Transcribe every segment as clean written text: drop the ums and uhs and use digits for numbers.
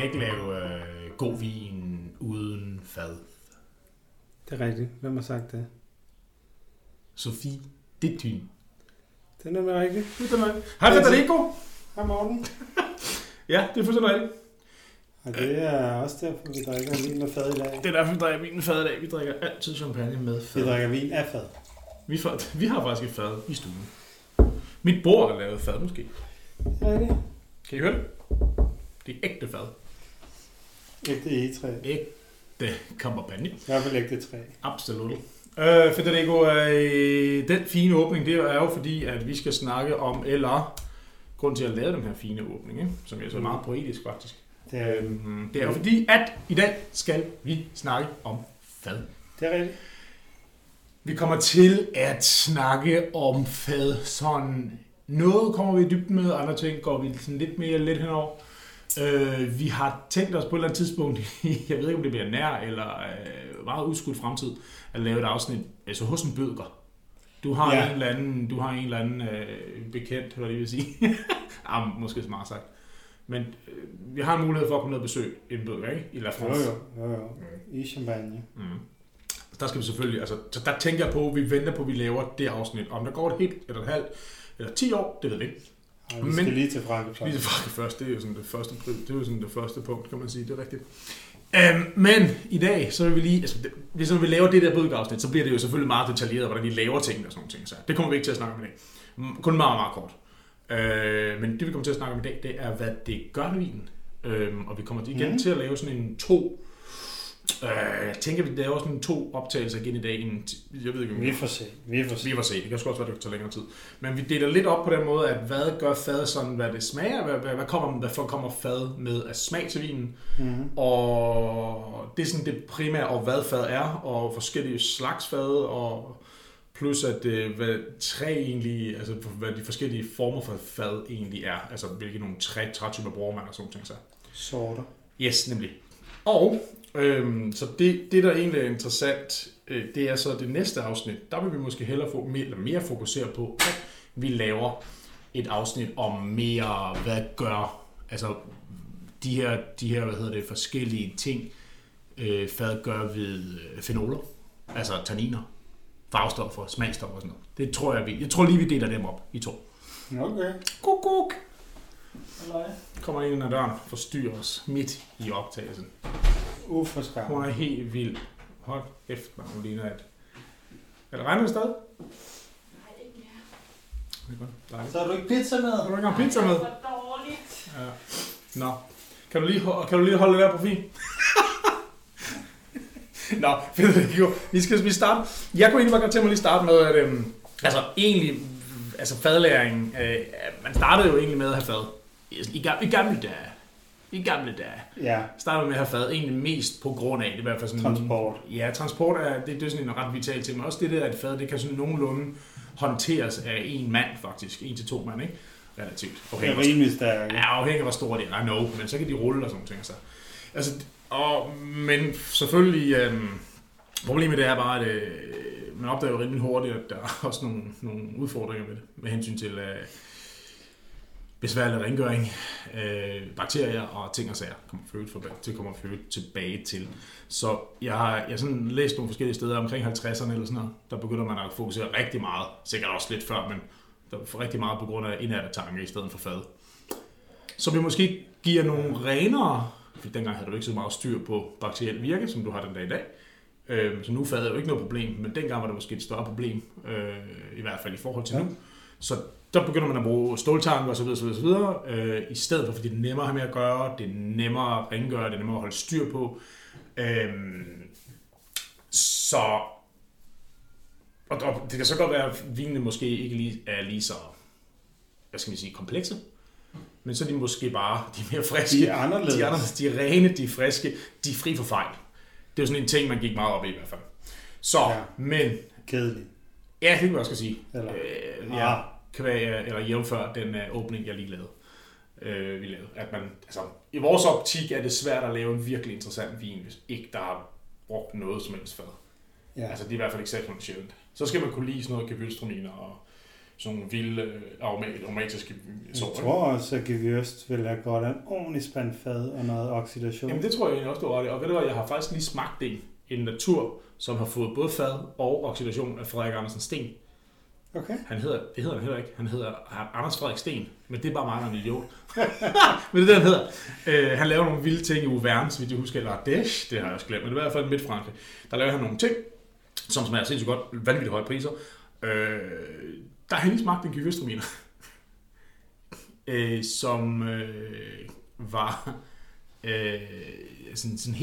kan ikke lave god vin uden fad. Det er rigtigt. Hvem har sagt det? Sofie Dityn. Den er med rigtigt. Det er mig. Hej Federico. Hej Morten. Ja, det er fuldstændig rigtigt. Og det er også derfor, vi drikker vin med fad i dag. Det er derfor, vi drikker vin med fad i dag. Vi drikker altid champagne med fad. Vi drikker vin af fad. Vi har faktisk et fad i stuen. Mit bord er lavet fad måske. Rigtigt. Kan I høre det? Det er ægte fad. Ægte egetræ. Ægte kampagne. I hvert fald ægte træ. Absolut. Federico, den fine åbning, det er jo fordi, at vi skal snakke om, eller grund til at lave den her fine åbning, ikke? Som er så meget poetisk faktisk. Det er jo fordi, at i dag skal vi snakke om fad. Det er rigtigt. Vi kommer til at snakke om fad sådan. Noget kommer vi i dybden med, andre ting går vi sådan lidt henover. Vi har tænkt os på et eller andet tidspunkt, jeg ved ikke om det bliver nær eller meget udskudt fremtid, at lave et afsnit altså hos en bødker. Du har en eller anden bekendt, hvad det vil sige. Måske smart sagt. Men vi har en mulighed for at komme ned og besøge en bødker, ikke? I La France. Jo. I Champagne. Der skal vi selvfølgelig, altså der tænker jeg på, at vi venter på, at vi laver det afsnit. Om der går et helt eller et halvt eller 10 år, det ved vi ikke. Vi skal lige til Frankrig først. Lige til Frankrig først, det er jo sådan det første punkt, kan man sige, det er rigtigt. Men i dag, så vil vi lige, altså hvis vi laver det der bødkeafsnit, så bliver det jo selvfølgelig meget detaljeret, hvordan vi laver ting og sådan nogle ting. Så det kommer vi ikke til at snakke om i dag. Kun meget, meget kort. Men det vi kommer til at snakke om i dag, det er, hvad det gør med vinen. Og vi kommer igen til at lave sådan en jeg tænker, vi laver sådan 2 optagelser igen i dag. Jeg ved ikke, vi får se. Det kan sgu også være, det kan tage længere tid. Men vi deler lidt op på den måde, at hvad gør fad sådan, hvad det smager, hvad kommer fad med af smag til vinen. Og det er sådan det primære, og hvad fad er, og forskellige slags fad, og plus at hvad træ egentlig, altså hvad de forskellige former for fad egentlig er. Altså hvilke nogle trætyper bruger man og sådan noget. Sorter. Yes, nemlig. Og så det der egentlig er interessant, det er så det næste afsnit. Der vil vi måske hellere få mere fokusere på, at vi laver et afsnit om mere, hvad gør, altså de her forskellige ting, fad gør ved fenoler, altså tanniner, farvestoffer, smagstoffer og sådan noget. Det tror jeg tror lige, vi deler dem op i 2. Okay. Kuk. Halløj. Kommer ind ad døren, forstyrrer os midt i optagelsen. Uforskam. Hun er helt vild. Hold efter mig, hun ligner et... Er det regner det stadig? Nej, det er ikke mere. Det er godt. Dejligt. Så har du ikke pizza med? Har du ikke engang pizza med? Det var dårligt. Ja. Nå. Kan du lige holde det der profil? Nå, Federico. Vi starte. Jeg kunne egentlig bare godt tænke mig lige starte med, at fadlæring. Man startede jo egentlig med at have fad. I gamle dage. Ja. Startede med at have fad, egentlig mest på grund af det, i hvert fald sådan transport. Ja, transport det er sådan en ret vital ting, men også det der, at fad, det kan sådan nogenlunde håndteres af en mand faktisk, 1 til 2 mand, ikke? Relativt. Det er rimelig stærkt. Ja, afhængig af hvor store de er, I know, men så kan de rulle og sådan ting. Men selvfølgelig, problemet det er bare, at man opdager jo rimelig hurtigt, at der er også nogle udfordringer med det, med hensyn til besværlig rengøring, bakterier og ting og sager kommer født tilbage til. Så jeg har sådan læst nogle forskellige steder omkring 50'erne eller sådan noget, der begynder man at fokusere rigtig meget, sikkert også lidt før, men der får rigtig meget på grund af indærtetanke i stedet for fad. Så vi måske giver nogle renere, for dengang havde du ikke så meget styr på bakteriel virke, som du har den dag i dag. Så nu fad er jo ikke noget problem, men dengang var det måske et større problem, i hvert fald i forhold til nu. Så der begynder man at bruge ståltanke og så videre, i stedet for, fordi det er nemmere at have med at gøre, det er nemmere at rengøre, det er nemmere at holde styr på. Og det kan så godt være, at vinene måske ikke er lige så, hvad skal vi sige, komplekse, men så er de måske bare, de er mere friske. De er anderledes. De er rene, de er friske, de er fri for fejl. Det er jo sådan en ting, man gik meget op i hvert fald. Så, ja. Men... Kedeligt. Ja, det kan man også skal sige. Eller... eller jævnfør den åbning, jeg lige lavede. Vi lavede. At man, altså, i vores optik er det svært at lave en virkelig interessant vin, hvis ikke der har brugt noget som helst fad. Ja. Altså, det er i hvert fald exceptionelt sjældent. Så skal man kunne lide sådan noget gewürztraminer og sådan nogle vilde aromatiske sorter. Jeg tror også, at Gewürzt vil have godt af en ordentlig spand fad og noget oxidation. Jamen det tror jeg egentlig også, du har ret i. Og ved du hvad, jeg har faktisk lige smagt en natur, som har fået både fad og oxidation af Frederik Andersen Sten. Okay. Det hedder han heller ikke. Han hedder Anders Frederik Sten, men det er bare mig, der er en idiot. Men det er det, han hedder. Han laver nogle vilde ting i Auvergne, så vidt jeg husker, eller Ardèche, det har jeg også glemt, men det er i hvert fald midt Frankrig. Der laver han nogle ting, som smager sindssygt godt, vanvittigt høje priser. Der har han lige smagt en Gewürztraminer, som var sådan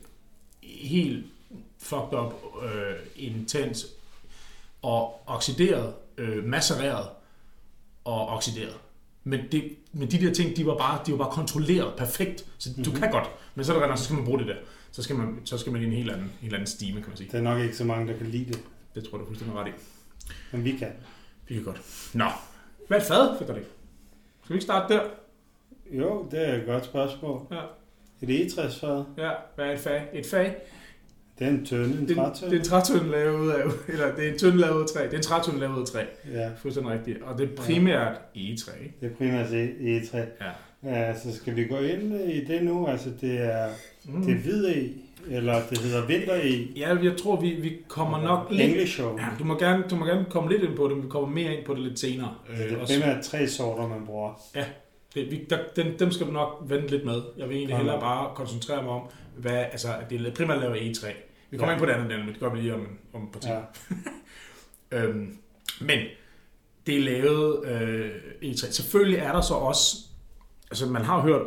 helt fucked up, intens og oxideret, macereret og oxideret. Men de der ting, de var bare kontrolleret perfekt, så du kan godt. Men så er det så skal man bruge det der. Så skal man i en helt anden stime, kan man sige. Det er nok ikke så mange, der kan lide det. Det tror jeg, du fuldstændig ret i. Men vi kan. Vi kan godt. Nå, hvad er et fad, Frederik? Skal vi ikke starte der? Jo, det er et godt spørgsmål. Ja. Et egetræsfad. Ja, hvad er et fag? Et fag? Det er en tønde, en trætønde. Det er en trætønde lavet af, eller det er en tønde lavet af træ. Det er en trætønde lavet af træ. Ja. Fuldstændig rigtigt. Og det er primært egetræ, ikke? Det er primært egetræ. Ja. Så skal vi gå ind i det nu? Altså det er hvid e, eller det hedder vinter e. Ja, jeg tror vi kommer nok lidt. English show. Ja, du må gerne komme lidt ind på det, men vi kommer mere ind på det lidt senere. Det er primært 3 sorter, man bruger. Ja. Dem skal du nok vente lidt med. Jeg vil egentlig hellere bare koncentrere mig om, at det er primært lavet af egetræ. Vi kommer ind på det andet, men det gør vi lige om et par timer. Ja. Men det er lavet egetræ. Selvfølgelig er der så også, altså man har hørt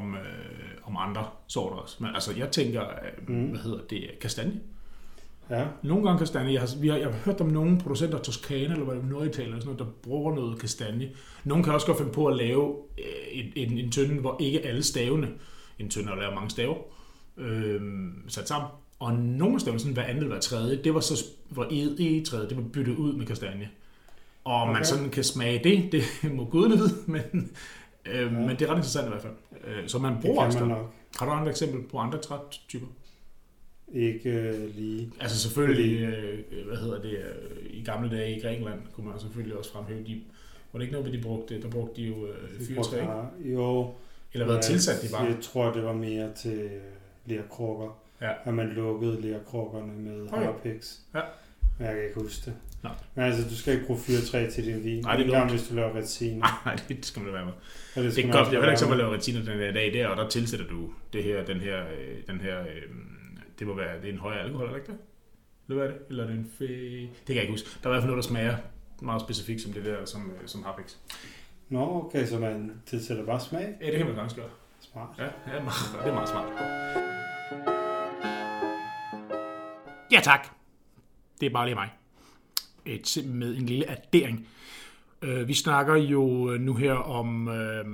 om andre sorter også, men altså jeg tænker, kastanje. Ja. Nogle gange kastanje. Jeg har hørt om nogle producenter, Toscana eller Norditalia, eller sådan noget, der bruger noget kastanje. Nogle kan også godt finde på at lave en tønde, hvor ikke alle stavene, en tønde der laver mange staver, sat sammen. Og nogle af stavene, sådan hver anden eller hver tredje, det var så, hvor egetræet, det var byttet ud med kastanje. Og man sådan kan smage det må gudene vide, men det er ret interessant i hvert fald. Så man bruger også det. Har du andre eksempel på andre trætyper? Ikke lige. Altså selvfølgelig, i gamle dage i Grækenland kunne man selvfølgelig også fremhæve de. Var det ikke noget, de brugte? Der brugte de jo fyrtræ. Jo. Eller hvad tilsat de var? Jeg tror, det var mere til lerkrukker. Ja. At man lukkede lerkrukkerne med harpiks. Ja. Men jeg kan ikke huske det. Nej. Men altså, du skal ikke bruge fyrtræ til din vin. Nej, det er engang, hvis du laver rettiner. Nej, det skal man da være med. Det er godt, jeg vil ikke så at lave rettiner den her dag der, og der tilsætter du det her, den her det må være, det er en højere alkohol, eller ikke det? Eller hvad er det? Eller er det en det kan jeg ikke huske. Der er i hvert fald noget, der smager meget specifikt som det der, som harpix. Nå, okay, så man tilsætter bare smag? Ja, det kan man ganske gøre. Smart. Ja, det er meget smart. Ja, tak. Det er bare lige mig. Med en lille addering. Vi snakker jo nu her om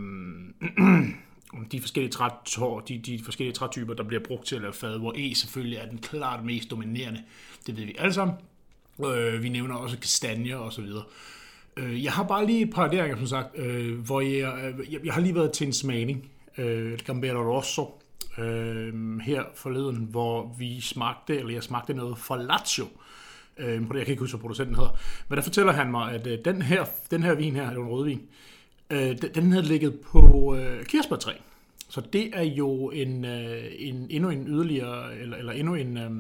de forskellige de forskellige trætyper, der bliver brugt til at lave fad, hvor E selvfølgelig er den klart mest dominerende. Det ved vi alle sammen. Vi nævner også kastanjer og så videre. Jeg har bare lige et par adderinger, som sagt, hvor jeg har lige været til en smagning. Gambero Rosso her forleden, hvor jeg smagte noget fra Lazio. Jeg kan ikke huske, hvad producenten hedder. Men der fortæller han mig, at den her vin her, det er en rødvin, den havde ligget på kirsebærtræ. Så det er jo endnu en yderligere, eller endnu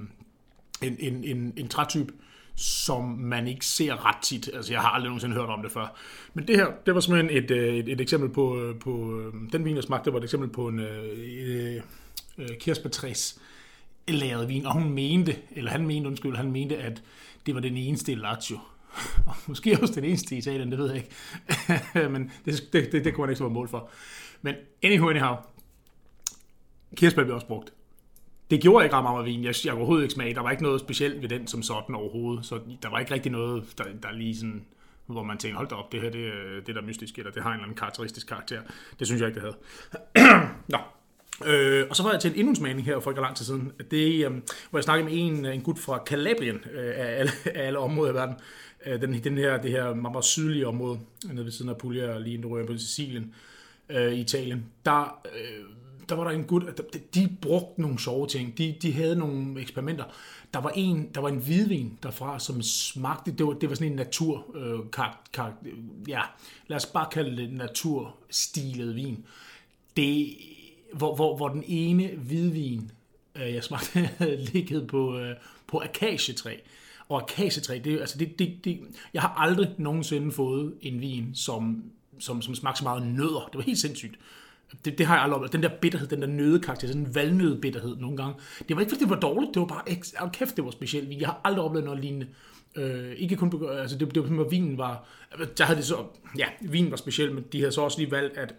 en trætype, som man ikke ser ret tit. Altså, jeg har aldrig nogensinde hørt om det før. Men det her, det var simpelthen et eksempel på den vin, jeg smagte, var et eksempel på en kirsebærtræs lavet vin, og han mente, at det var den eneste i Lazio. Og måske også den eneste i Italien, det ved jeg ikke. Men det kunne man ikke så være mål for. Men anyhow, kirsebær blev også brugt. Det gjorde ikke ret meget af vin. Jeg kunne overhovedet ikke smage. Der var ikke noget specielt ved den som sådan overhovedet. Så der var ikke rigtig noget, der lige sådan, hvor man tænkte, hold da op, det her det der mystiske, eller det har en eller anden karakteristisk karakter. Det synes jeg ikke, det havde. Nå. Og så var jeg til en endnu en smagning her for ikke lang tid siden. Det, hvor jeg snakkede med en gut fra Calabrien af alle områder i verden. Det her meget sydlige område, nede ved siden af Puglia og lige inden du rører på Sicilien i Italien. Der der var der en gut, de brugte nogle sjove ting. De havde nogle eksperimenter. Der var en hvidvin derfra, som smagte, det var sådan en lad os bare kalde det naturstilet vin. Hvor den ene hvidvin, jeg smagte, ligget på akacietræ. Og akacietræ, jeg har aldrig nogensinde fået en vin, som smagte så meget nødder. Det var helt sindssygt. Det har jeg aldrig oplevet. Den der bitterhed, den der nødekarakter, sådan en valnødebitterhed nogle gange. Det var ikke, fordi det var dårligt, det var bare, kæft, det var specielt vin. Jeg har aldrig oplevet noget lignende. Ikke kun, altså det var som, vinen var, der havde det så, ja, vinen var speciel, men de havde så også lige valgt, at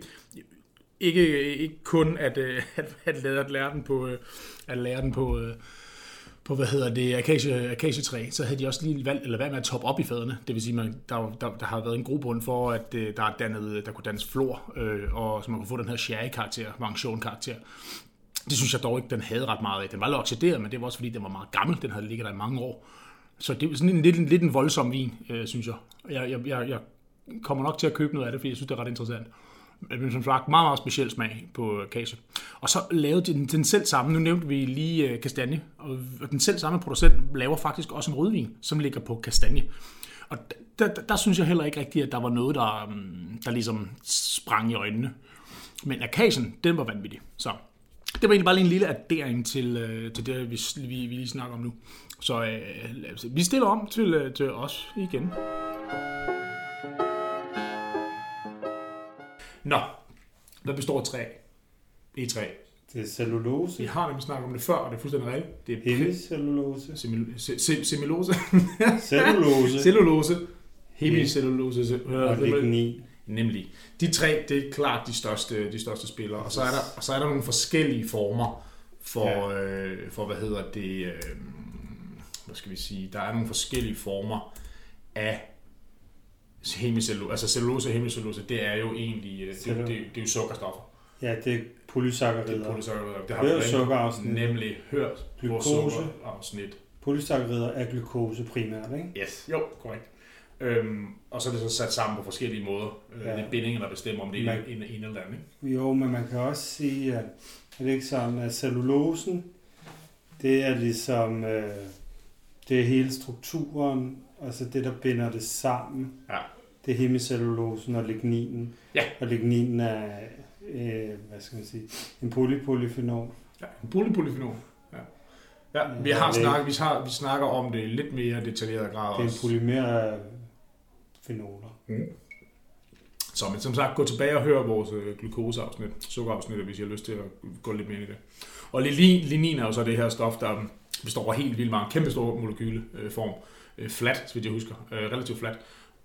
ikke kun at lære den på akacietræ, så havde de også lige valgt, eller hvad med at toppe op i fadene. Det vil sige, der har været en grobund for, at der kunne dannes flor, og så man kunne få den her sherry-karakter, Vangjon-karakter. Det synes jeg dog ikke, den havde ret meget af. Den var lidt oxideret, men det var også fordi, den var meget gammel. Den havde ligget der i mange år. Så det var sådan lidt en voldsom vin, synes jeg. Jeg kommer nok til at købe noget af det, fordi jeg synes, det er ret interessant. Men som sagt, meget, meget speciel smag på akacie. Og så lavede den selv samme, nu nævnte vi lige kastanje, og den selv samme producent laver faktisk også en rødvin, som ligger på kastanje. Og der synes jeg heller ikke rigtigt, at der var noget, der ligesom sprang i øjnene. Men akacien, den var vanvittig. Så det var egentlig bare en lille addering til det, vi lige snakker om nu. Så vi stiller om til os igen. Nå, hvad består af træ? E3. Det er cellulose. Vi har nemlig snakket om det før, og det er fuldstændig rigtigt. Det er hemicellulose. Cellulose. Hemicellulose. Og lignin. Nemlig. De tre, det er klart de største spillere. Og så er der nogle forskellige former for hvad skal vi sige? Der er nogle forskellige former af hemicellulose. Altså cellulose og hemicellulse, det er jo egentlig det er jo sukkerstoffer. Ja, det er polysakkarider. Det har vi sukkerafsnit. Nemlig hørt sukkerafsnit. Polysakkarider er glukose primært, ikke? Yes, jo, korrekt. Og så er det så sat sammen på forskellige måder. Det er bindingen, der bestemmer, om det er en eller anden, ikke? Jo, men man kan også sige, at det er ikke sådan, at cellulosen, det er ligesom, det er hele strukturen, altså det, der binder det sammen. Ja. Det er hemicellulosen og ligninen. Ja. Og ligninen er, hvad skal man sige, en polypolifenol. Ja, en polypolifenol. Ja, vi snakker om det lidt mere detaljeret grad. Det er en polymer af fenoler. Så men som sagt, gå tilbage og hør vores glukoseafsnit, sukkerafsnit, hvis I har lyst til at gå lidt mere i det. Og lignin er jo så det her stof, der består af helt vildt meget, kæmpe stor molekyleform. Flat, så vidt jeg husker. Relativt flat.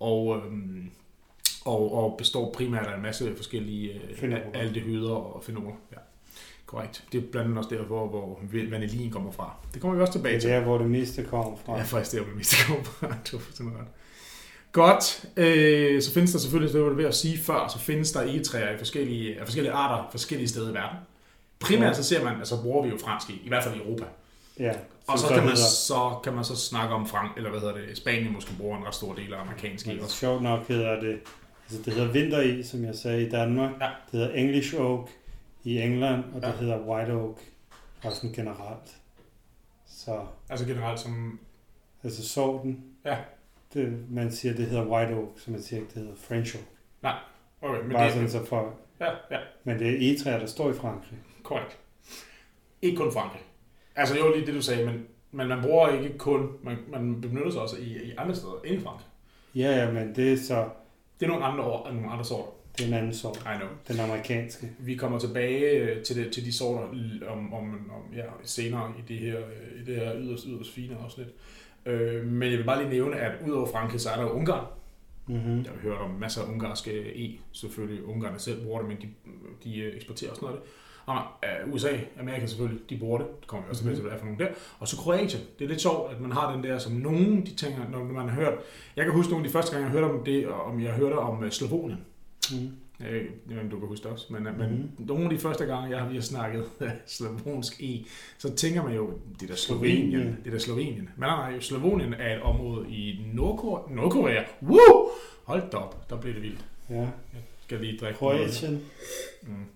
Og består primært af en masse forskellige aldehyder og fenoler. Ja. Korrekt. Det er blandt andet også derfor, hvor vanillin kommer fra. Det kommer vi også tilbage til. Det er der, hvor det meste kommer fra. Ja, faktisk der, hvor det meste kommer fra. Du har fuldstændig ret. Godt. Så findes der selvfølgelig, det var det ved at sige før, så findes der egetræer af forskellige arter forskellige steder i verden. Primært så ser man, altså bruger vi jo fransk i hvert fald i Europa. Ja. Og så kan man så snakke om Spanien måske bruger en ret stor del af amerikansk i også. Sjovt nok hedder det, altså det hedder vinter som jeg sagde, i Danmark. Ja. Det hedder English Oak i England, og det hedder White Oak, også generelt. Så, altså generelt som... Altså sorten. Ja. Man siger, det hedder White Oak, så man siger ikke, det hedder French Oak. Nej, okay. Men bare det, sådan så for... Ja. Men det er egetræer, der står i Frankrig. Korrekt. Ikke kun Frankrig. Altså jo lige det, du sagde, men man bruger ikke kun... Man benytter sig også i andre steder end i Frankrig. Ja, men det er så... Det er nogle andre sorter. Det er en anden sort. I know. Den amerikanske. Vi kommer tilbage til de sorter senere i det her yderst fine afsnit. Men jeg vil bare lige nævne, at udover Frankrig, så er der jo Ungarn. Mm-hmm. Jeg har hørt om masser af ungarske selvfølgelig. Ungarerne selv bruger det, men de eksporterer også noget af det. Og USA, Amerika selvfølgelig, de bruger det. Det kommer vi også tilbage til, hvad det er for nogen der. Og så Kroatien. Det er lidt sjovt, at man har den der, som nogen de tænker, når man har hørt... Jeg kan huske nogle af de første gange, jeg hørte om det, jeg hørte om Slavonien. Du kan huske det også. Men nogle af de første gange, vi har snakket slavonsk så tænker man jo, det der Slovenien. Det der Slovenien. Men nej, Slavonien er et område i Nordkorea. Woo! Hold da op, der blev det vildt. Ja. Jeg skal lige drikke Kroatien.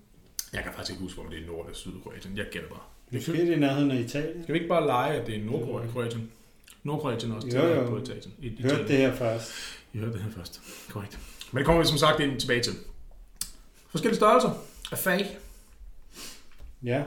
Jeg kan faktisk ikke huske, om det er Nord- eller Sydkroatien. Jeg gætter bare. Måske det er nærheden af Italien. Skal vi ikke bare lege, at det er Nordkroatien? Nordkroatien også til på Italien. Hørte det her først. I hørte det her først. Korrekt. Men det kommer vi som sagt ind tilbage til. Forskellige størrelser af fag. Ja.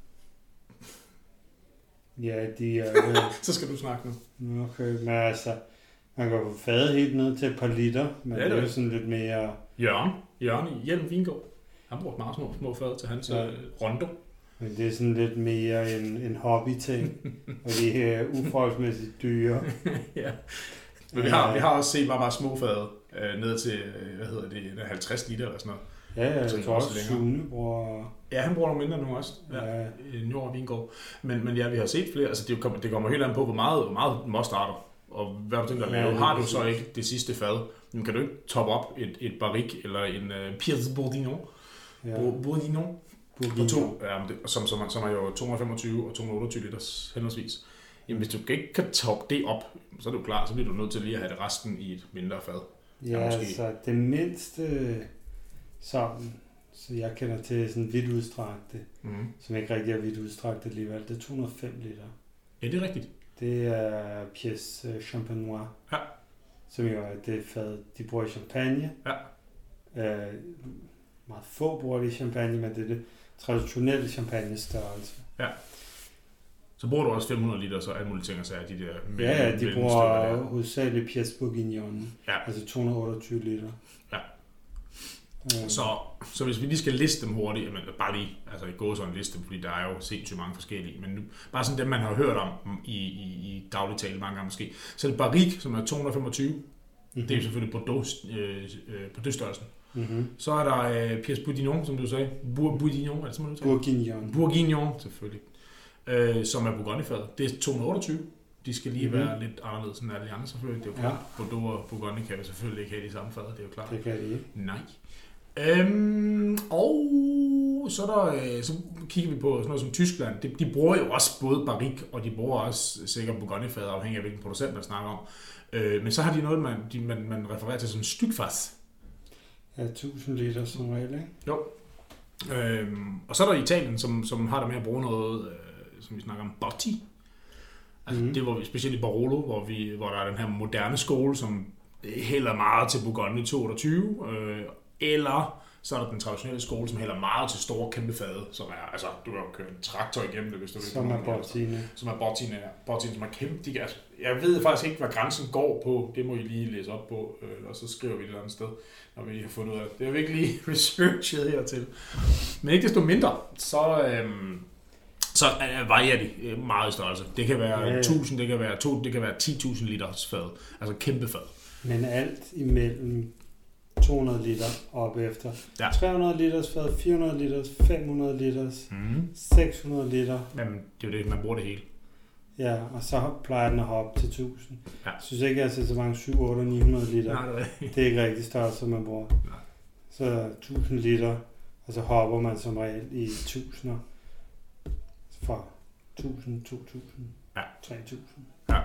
Ja, de er... Så skal du snakke nu. Okay, men altså, man kan få fadet helt ned til et par liter, men det er jo sådan lidt mere... Jørgen i Hjelm Vingård. Han brugte meget små fad til hans rondo. Men det er sådan lidt mere en hobby-ting, og de er uforholdsmæssigt dyre. Ja. Men vi har også set meget små fad ned til, 50 liter eller sådan noget. Ja, jeg tror også Sune bruger... Ja, han bruger nogle mindre nu også. Ja. Nord Vingård. Men ja, vi har set flere. Altså, det kommer helt an på, hvor meget mostarter. Og hvad du tænker at lave. Har du så ikke det sidste fad, men kan du ikke toppe op et barrique eller en Pierce Bourguignon. Ja. Bourguignon. Som er jo 225 og 228 liters henholdsvis. Jamen, hvis du ikke kan toppe det op, så er du klar, så bliver du nødt til lige at have det resten i et mindre fad. Ja, altså det mindste sådan, så jeg kender til sådan vidt udstrakte, som ikke rigtig er vidt udstrakte alligevel, det er 205 liter. Ja, det er rigtigt. Det er Pièce Champenois, som jo er det fad, de bruger i champagne. Ja. Meget få bruger det i champagne, men det er det traditionelle champagne-størrelse. Ja. Så bruger du også 500 liter, så alle mulige ting og sager, de der... Ja, de bruger hovedsageligt Pierce Bourguignon, ja. Altså 228 liter. Ja. Så hvis vi lige skal liste dem hurtigt, jamen, bare lige, altså gå sådan en liste, fordi der er jo sindssygt mange forskellige, men nu, bare sådan dem, man har hørt om i daglig tale mange gange måske. Så er det Barrique, som er 225. Det er jo selvfølgelig Bordeaux-størrelsen. Så er der Pierce Bourguignon, som du sagde. Bourguignon, er det simpelthen? Bourguignon, selvfølgelig. Som er Bourgogne-fadet. Det er 228. De skal lige være lidt anderledes end alle de andre, selvfølgelig. Det er jo klart. Bordeaux og Bourgogne kan vi selvfølgelig ikke have de samme fader, det er jo klart. Det kan de ikke. Nej. Og så kigger vi på sådan noget som Tyskland. De bruger jo også både Barrique, og de bruger også sikkert Bourgogne-fader, afhængig af hvilken producent man snakker om. Men så har de noget, man refererer til som stykfas. Ja, 1000 liter som regel, ikke? Jo. Og så er der Italien, som har der med at bruge noget, som vi snakker om, Botti. Altså det var specielt i Barolo, hvor der er den her moderne skole, som hælder meget til Bourgogne 228, eller så er der den traditionelle skole, som hælder meget til store kæmpe fade, som er, altså du kan jo køre en traktor igennem det, hvis du vil. Som er Bottine. Som er Bottine, som er kæmpe. Altså, jeg ved faktisk ikke, hvad grænsen går på, det må I lige læse op på, og så skriver vi det et andet sted, når vi har fundet ud af det. Det er jo ikke lige researchet hertil. Men ikke desto mindre, så varierer de meget i størrelse. Det kan være 1000, det kan være 10.000 liters fad, altså kæmpe fad. Men alt imellem 200 liter op efter. Ja. 300 liters fad, 400 liters, 500 liters, 600 liter. Jamen, det er jo det, man bruger det hele. Ja, og så plejer den at hoppe til 1000. Ja. Jeg synes ikke, jeg har set så mange 7, 8, 900 liter. Nej, det er ikke rigtig størrelse, man bruger. Nej. Så 1000 liter, og så hopper man som regel i 1000'er. Fra 1000, 2000, 3000. Ja.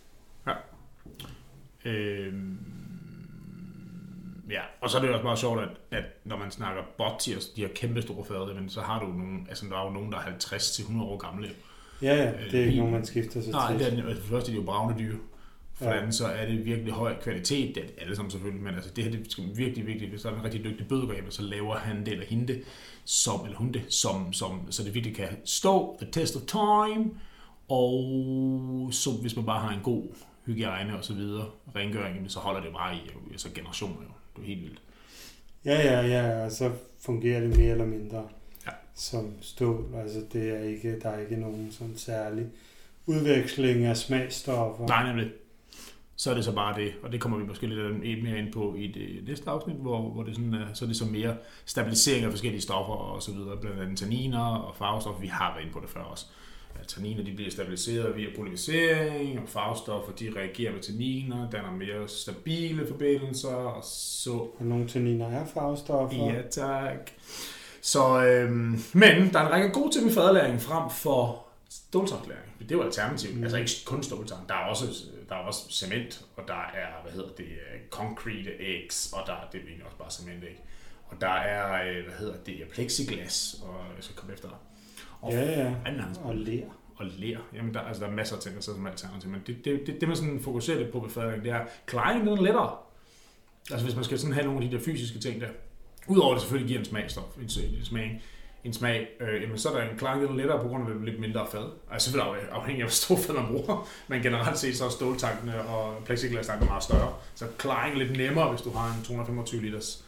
Ja, og så er det også meget sjovt, at når man snakker Botti og de her kæmpe store fade, men så har du nogen, altså der er jo nogen, der er 50-100 år gamle. Ja, det er ikke nogen, man skifter sig til. Nej, for det første er de jo braune dyr. For det andet så er det virkelig høj kvalitet, det er alle sammen selvfølgelig, men altså det her det skal virkelig vigtigt, hvis der er en rigtig dygtig bødegræber, så laver han det eller hende det, så det virkelig kan stå the test of time, og så hvis man bare har en god hygiejne og så videre, rengøring, så holder det bare i altså generationer jo. Det er helt vildt. Ja, og så fungerer det mere eller mindre som stål. Altså det er ikke, der er ikke nogen sådan særlig udveksling af smagsstoffer. Nej, nemlig. Så er det så bare det, og det kommer vi måske lidt mere ind på i det næste afsnit, hvor det sådan, så er det så mere stabilisering af forskellige stoffer og så videre, blandt andet tanniner og farvestoffer. Vi har været inde på det før også. Tanniner de bliver stabiliseret via polymerisering, og farvestoffer de reagerer med tanniner, danner mere stabile forbindelser, og så... Og nogle tanniner er farvestoffer. Ja, tak. Så, men der er en række gode ting med faderlæring frem for ståltanklæring. Det er jo alternativt. Altså ikke kun ståltank. Der er også cement, og der er, concrete eggs, og det er egentlig også bare cementæg. Og der er, plexiglas, og jeg skal komme efter dig. Og og ler. Og ler. Jamen, der er masser af ting, der sidder som alternativ. Men det man sådan fokuserer lidt på ved fadring, det er, klarer den lettere? Altså hvis man skal sådan have nogle af de der fysiske ting der. Udover det selvfølgelig giver en smagstof, en smag, så er der en klaring lidt lettere på grund af det lidt mindre fad. Altså selvfølgelig afhængig af, hvor stor fad man bruger. Men generelt set så er ståltankene og plexiglastankene meget større. Så klaring er lidt nemmere, hvis du har en 225 liters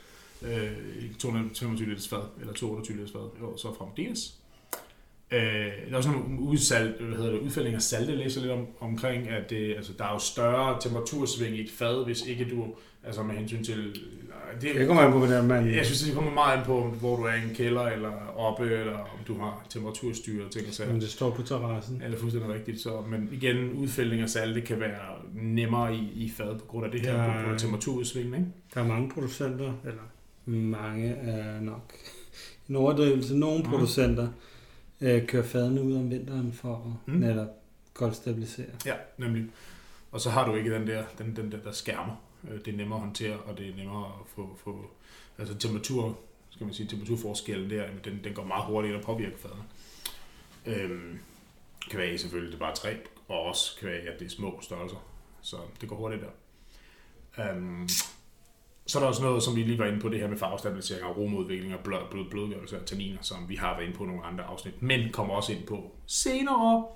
fad, eller 228 liters fad, så fra Modines. Der er også nogle udfældning af salte, læser lidt omkring, at der er jo større temperatursving i et fad, hvis ikke du, altså med hensyn til... Det kommer an på, hvordan man... Jeg synes, det kommer meget an på, hvor du er i en kælder, eller oppe, eller om du har temperaturstyre og ting og sager. Om det står på terrassen. Eller fuldstændig rigtigt. Så, men igen, udfældning af salte kan være nemmere i fad på grund af det her, på grund af temperatursving, ikke? Der er mange producenter, eller mange er nok en overdrivelse. Nogle producenter kører fadene ud om vinteren for at netop koldstabilisere. Ja, nemlig. Og så har du ikke den der skærmer. Det er nemmere at håndtere, og det er nemmere at få altså temperaturforskellen der, den går meget hurtigt at påvirke fadene. Kan være selvfølgelig, det er bare træ, og også kan være, at det er små størrelser. Så det går hurtigt der. Så er der også noget, som vi lige var inde på, det her med farvestabilisering og aromudvikling og blødgørelse af tanniner, som vi har været inde på nogle andre afsnit, men kommer også ind på senere.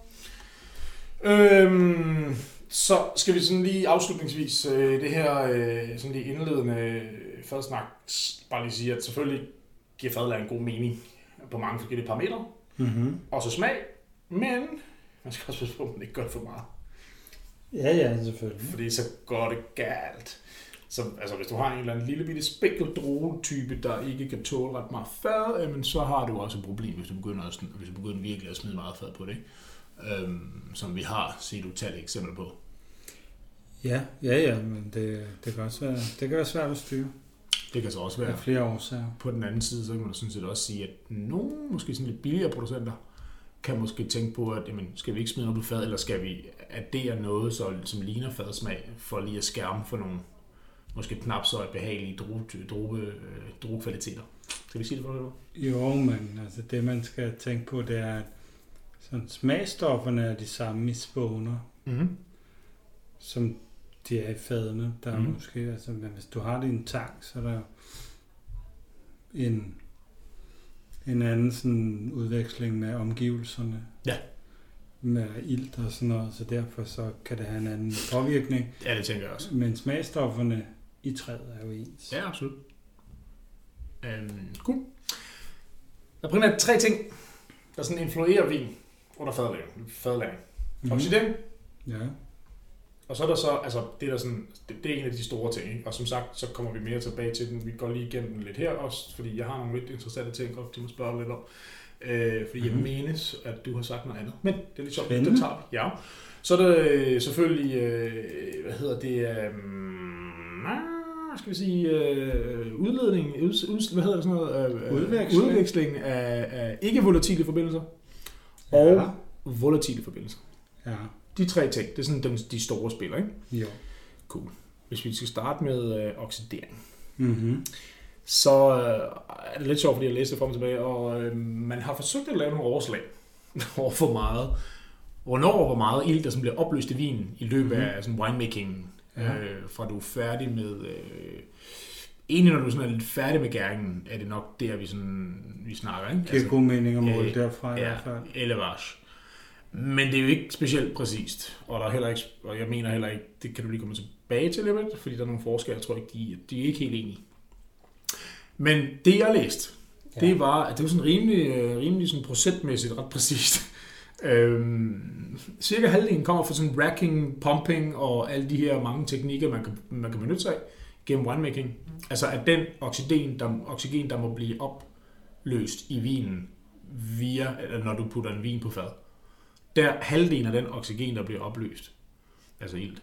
Så skal vi sådan lige afslutningsvis det her sådan lige indledende fadsnak bare lige sige, at selvfølgelig giver fadlæring en god mening på mange forskellige parametre, og så smag, men man skal også passe på, at man ikke gør det for meget. Ja, selvfølgelig. Fordi så går det galt. Så altså, hvis du har en eller anden lille bitte spækket druetype, der ikke kan tåle ret meget fad, så har du også et problem, hvis du begynder virkelig at smide meget fad på det. Som vi har set utallige eksempler på. Ja, men det kan også være, det kan være svært at styre. Det kan så også være flere årsager. På den anden side, så kan man sådan set også sige, at nogle måske sådan lidt billigere producenter kan måske tænke på, at jamen, skal vi ikke smide noget på fad, eller skal vi addere noget, som ligner fadsmag, for lige at skærme for nogle måske knap så behagelige druekvaliteter. Skal vi sige det for det? Jo, men altså det man skal tænke på, det er, at sådan, smagstofferne er de samme i spåner, som de er i fadene. Der er måske, altså hvis du har det i en tank, så er der en anden sådan udveksling med omgivelserne. Ja. Med ilt og sådan noget, så derfor så kan det have en anden påvirkning. Ja, det tænker jeg også. Men smagstofferne i træet er jo ens. Ja, absolut. Cool. Der er primært 3 ting, der sådan influerer vin under fadlæring. Oxidering. Ja. Og så er der så, altså det er sådan, det er en af de store ting, ikke? Og som sagt, så kommer vi mere tilbage til den. Vi går lige igennem den lidt her også, fordi jeg har nogle lidt interessante ting, godt til at spørge lidt om. Fordi jeg menes, at du har sagt noget andet. Men det er lidt sjovt, det tager vi. Ja. Så er der selvfølgelig, udledning, udveksling af ikke-volatile forbindelser og volatile forbindelser. Ja. De 3 ting, det er sådan de store spiller, ikke? Jo. Cool. Hvis vi skal starte med oxidering, så er det lidt sjovt, fordi jeg læste det frem og tilbage, og man har forsøgt at lave nogle overslag over hvor meget ilt, der bliver opløst i vinen i løbet af sådan winemaking, fra du er færdig med... Egentlig når du sådan er lidt færdig med gæringen, er det nok der, vi snakker, ikke? Det er god mening at måle derfra i hvert fald. Elevage. Men det er jo ikke specielt præcist, og der er heller ikke, og jeg mener heller ikke, det kan du lige komme tilbage til lidt, fordi der er nogle forskere, jeg tror ikke, de er ikke helt enige. Men det jeg læste, det var, at det var sådan rimelig sådan procentmæssigt ret præcist. Cirka halvdelen kommer fra sådan racking, pumping og alle de her mange teknikker, man kan benytte sig af gennem winemaking. Altså at den oxygen, der må blive opløst i vinen eller når du putter en vin på fad. Der halvdelen af den oxygen, der bliver opløst, altså ilt,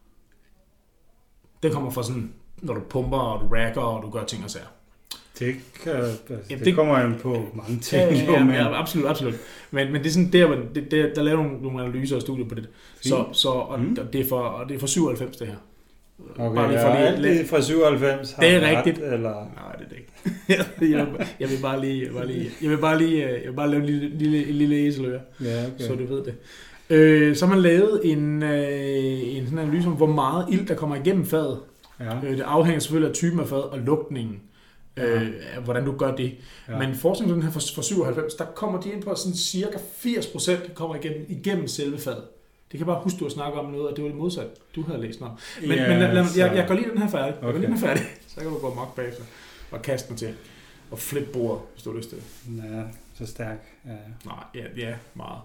den kommer fra sådan, når du pumper og du racker og du gør ting og sager. Det kommer jo på mange ting. Ja, absolut. Men det er sådan der laver nogle analyser og studier på det. Og det er for 97 det her. Okay, bare lige for alt det fra 97 har det er rigtigt. Eller? Nej, det er det ikke. jeg vil bare lave en lille æseløre, ja, okay. så du ved det. Så har man lavet en sådan analyse om, hvor meget ilt, der kommer igennem fadet. Ja. Det afhænger selvfølgelig af typen af fad og lugtningen, hvordan du gør det. Ja. Men forskningen her fra 97, der kommer de ind på sådan cirka 80% kommer igennem selve fadet. Det kan bare huske, du har snakket om noget, og det var det modsatte, du havde læst noget. Men jeg går lige den her færdig. Okay. Så kan du gå mok bagefter og kaste den til. Og flip bordet, hvis du har lyst til det. Ja, så stærk. Ja. Nej, ja, meget.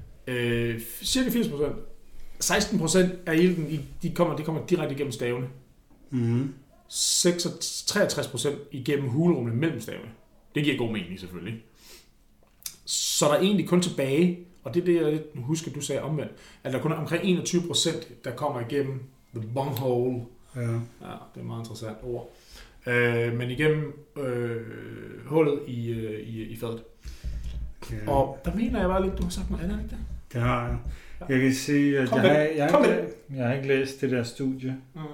Cirka 80%. 16% af ilten, de kommer direkte igennem stavene. Mm-hmm. 63% igennem hulrummet mellem stavene. Det giver god mening selvfølgelig. Så der er egentlig kun tilbage, og det er det, jeg husker, du sagde omvendt, at der kun er omkring 21%, der kommer igennem the bunghole. Ja. Ja, det er meget interessant ord. Men igennem hullet i fadet. Okay. Og der mener jeg bare lidt, du har sagt noget andet, ikke der? Det har jeg. Jeg kan sige, at jeg har ikke læst det der studie.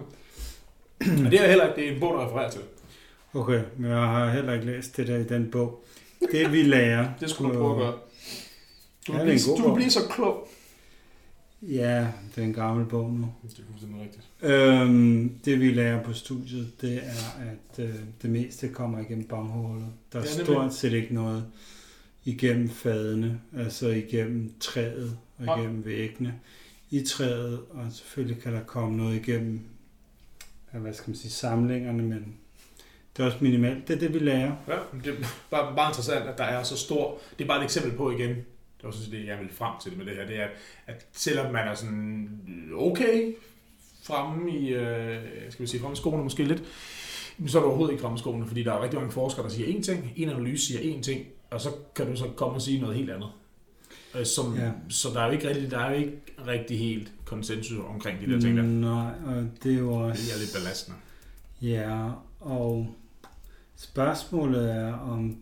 Men det er heller ikke, det er en bog, der refererer til. Okay, men jeg har heller ikke læst det der i den bog. Det vi lærer... det skulle du prøve at gøre. Du vil blive så klog. Ja, det er en gammel bog nu. Det er fuldstændig rigtigt. Det vi lærer på studiet, det er, at det meste kommer igennem bunghullet. Der er stort set ikke noget igennem fadene, altså igennem træet og igennem væggene. I træet, og selvfølgelig kan der komme noget igennem, hvad skal man sige, samlingerne, men det er også minimalt. Det er det, vi lærer. Ja, det er bare interessant, at der er så stor... Det er bare et eksempel på igen. Det er også det, jeg vil frem til det med det her. Det er, at selvom man er sådan okay fremme i, fremme i skoene måske lidt, så er du overhovedet ikke fremme i skoene, fordi der er rigtig mange forskere, der siger én ting, en analyse siger én ting, og så kan du så komme og sige noget helt andet. Så der er jo ikke rigtig helt konsensus omkring de der ting der. Nej, og det er jo også... Det er lidt belastende. Ja, og spørgsmålet er om,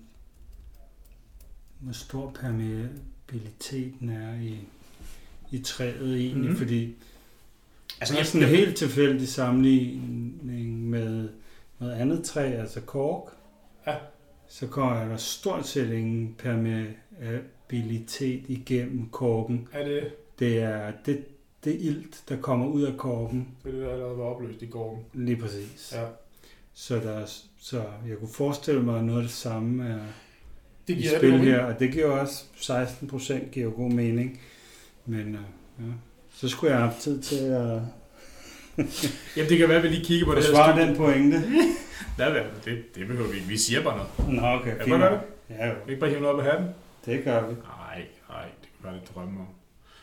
hvor stor permeabiliteten er i træet egentlig, fordi altså sådan en helt tilfældig sammenligning med noget andet træ, altså kork, så kommer der stort set ingen permeabilitet igennem korken. Er det? Det er det ilt, der kommer ud af korken. Det er det, der allerede var opløst i korken. Lige præcis. Ja. Så jeg kunne forestille mig, at noget af det samme er det i spil her, og det giver også 16% giver god mening. Men så skulle jeg have haft tid til at... Jamen det kan være, at vi lige kigger på det her. Svare den pointe. Det behøver vi ikke. Vi siger bare noget. Nå, okay. Ja, gør det? Ja, jo. Ikke bare hive noget op af hatten? Det gør vi. Nej, det kan være lidt drømme om.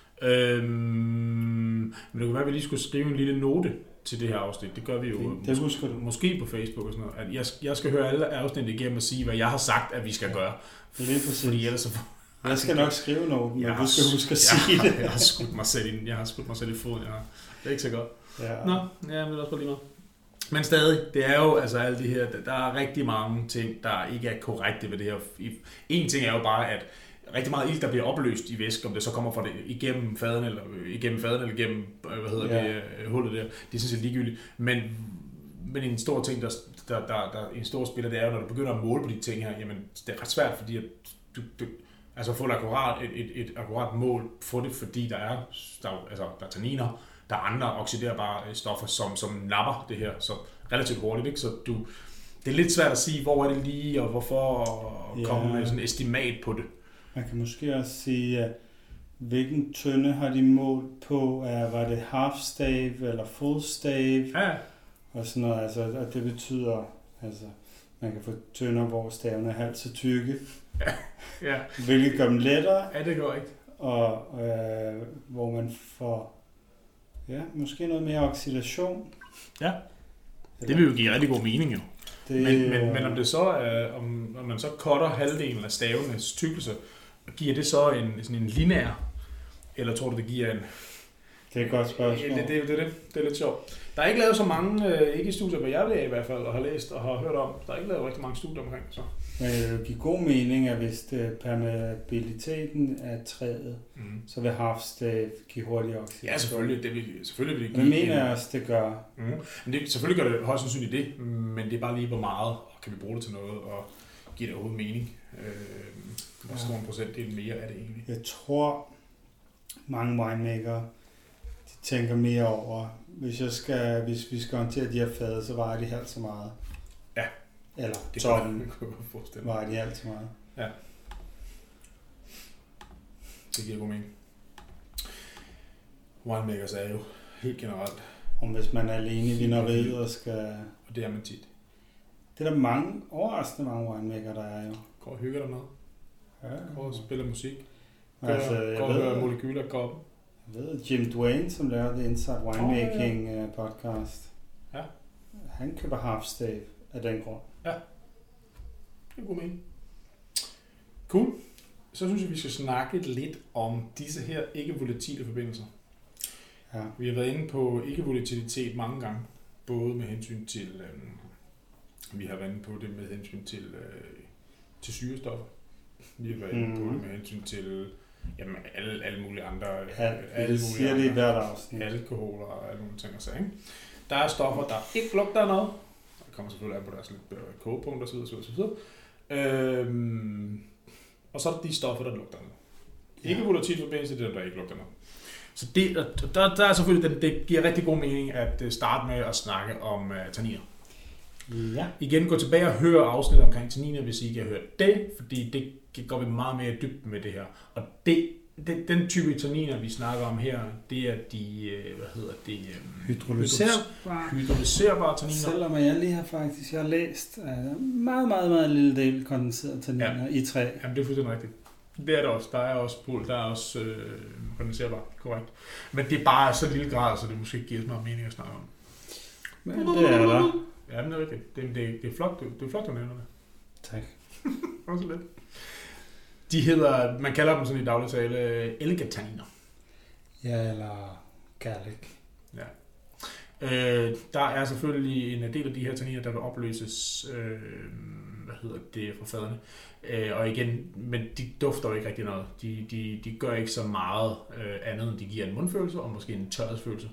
Men det kan være, at vi lige skulle skrive en lille note til det her afsnit. Det gør vi jo det husker du. Måske på Facebook og sådan noget. At jeg skal høre alle afsnit igennem og sige, hvad jeg har sagt, at vi skal gøre. Det er præcis. Fordi ellers så... Jeg skal nok skrive noget, men du skal huske at sige det. Jeg har skudt mig selv i foden. Det er ikke så godt. Ja. Nå, men det er også lige meget. Men stadig, det er jo altså alle de her, der er rigtig mange ting, der ikke er korrekte ved det her. En ting er jo bare, at rigtig meget ilt, der bliver opløst i væske, om det så kommer fra det igennem faden eller igennem hullet der, det er sådan set ligegyldigt. Men en stor ting, der en stor spiller, det er jo, når du begynder at måle på de ting her, jamen det er ret svært, fordi at du altså få et akkurat mål på det, fordi der er tanniner, der er andre oxiderbare stoffer, som napper det her, så relativt hurtigt, ikke? Så det er lidt svært at sige, hvor er det lige, og hvorfor, og komme med sådan et estimat på det. Man kan måske også sige, hvilken tynde har de målt på? Var det half stave eller full stave? Ja. Og sådan noget, altså, og det betyder, altså, man kan få tynder, hvor stavene er halvt så tykke. Ja. Hvilket gør dem lettere. Ja, det går ikke. Og hvor man får, måske noget mere oxidation. Ja. Det vil jo give rigtig god mening jo. Men om det så om man så cutter halvdelen af stavenes tykkelse, giver det så sådan en lineær, eller tror du det giver Det er et godt spørgsmål. Det er lidt sjovt. Der er ikke lavet så mange, ikke i studier, hvad jeg ved i hvert fald, og har læst og har hørt om. Der er ikke lavet rigtig mange studier omkring så. Men det giver god mening, at hvis det permeabiliteten af træet, så vil half-stave give hurtig oxidation. Ja, selvfølgelig vil det give. Det mener jeg også, det gør. Men selvfølgelig gør det højst sandsynligt det, men det er bare lige hvor meget, og kan vi bruge det til noget, og giver det overhovedet mening. Hvor stor en procentdel mere er det egentlig? Jeg tror, mange winemaker, de tænker mere over, hvis vi skal håndtere de her fade, så vejer de halvt så meget. Ja. Eller det toppen vejer de halvt så meget. Ja. Det giver god mening. Winemakers er jo helt generelt. Og hvis man er alene i vineriet og skal... Og det er man tit. Det er der mange, overraskende mange winemaker, der er jo. Går og hygger dig med. Ja. Går og spiller musik. Går Altså, og hører molekyler koppen. Jeg ved, Jim Dwayne, som laver The Inside Winemaking podcast. Ja. Han køber half-stave af den grund. Ja. Det er god mening. Cool. Så synes jeg, vi skal snakke lidt om disse her ikke-volatile forbindelser. Ja. Vi har været inde på ikke-volatilitet mange gange. Både med hensyn til... vi har været inde på det med hensyn til syrestoffer. Vi har været inde på det med hensyn til alle mulige andre... Vi siger det i hvert afsnit. Alkohol og alle nogle ting og sager. Der er stoffer, der ikke lugter noget. Der kommer selvfølgelig an på deres kogepunkt osv. Og så er der de stoffer, der lugter noget. Ikke volatil forbindelse, det der ikke lugter noget. Så der er selvfølgelig, det giver rigtig god mening at starte med at snakke om tanniner. Ja. Igen, gå tilbage og høre afsnittet omkring tanniner, hvis I ikke har hørt det, fordi det går vi meget mere dybt med det her. Og den type tanniner, vi snakker om her, det er de, hydrolyserbare tanniner. Selvom jeg lige har læst meget, meget, meget lille del kondenserede tanniner i træ. Jamen, det er fuldstændig rigtigt. Det er der også. Der er også kondenserbart, korrekt. Men det er bare så lille grad, så det måske giver meget mening at snakke om. Men det er der. Ja, men det er rigtigt. Det er flot, det er flot, du nævner det. Tak. Også lidt. De hedder, man kalder dem sådan i daglig tale, elegantanniner. Ja, eller garlic. Ja. Der er selvfølgelig en del af de her tanniner, der vil opløses, fra fadene. Og igen, men de dufter jo ikke rigtig noget. De gør ikke så meget andet, end de giver en mundfølelse og måske en tørhedsfølelse.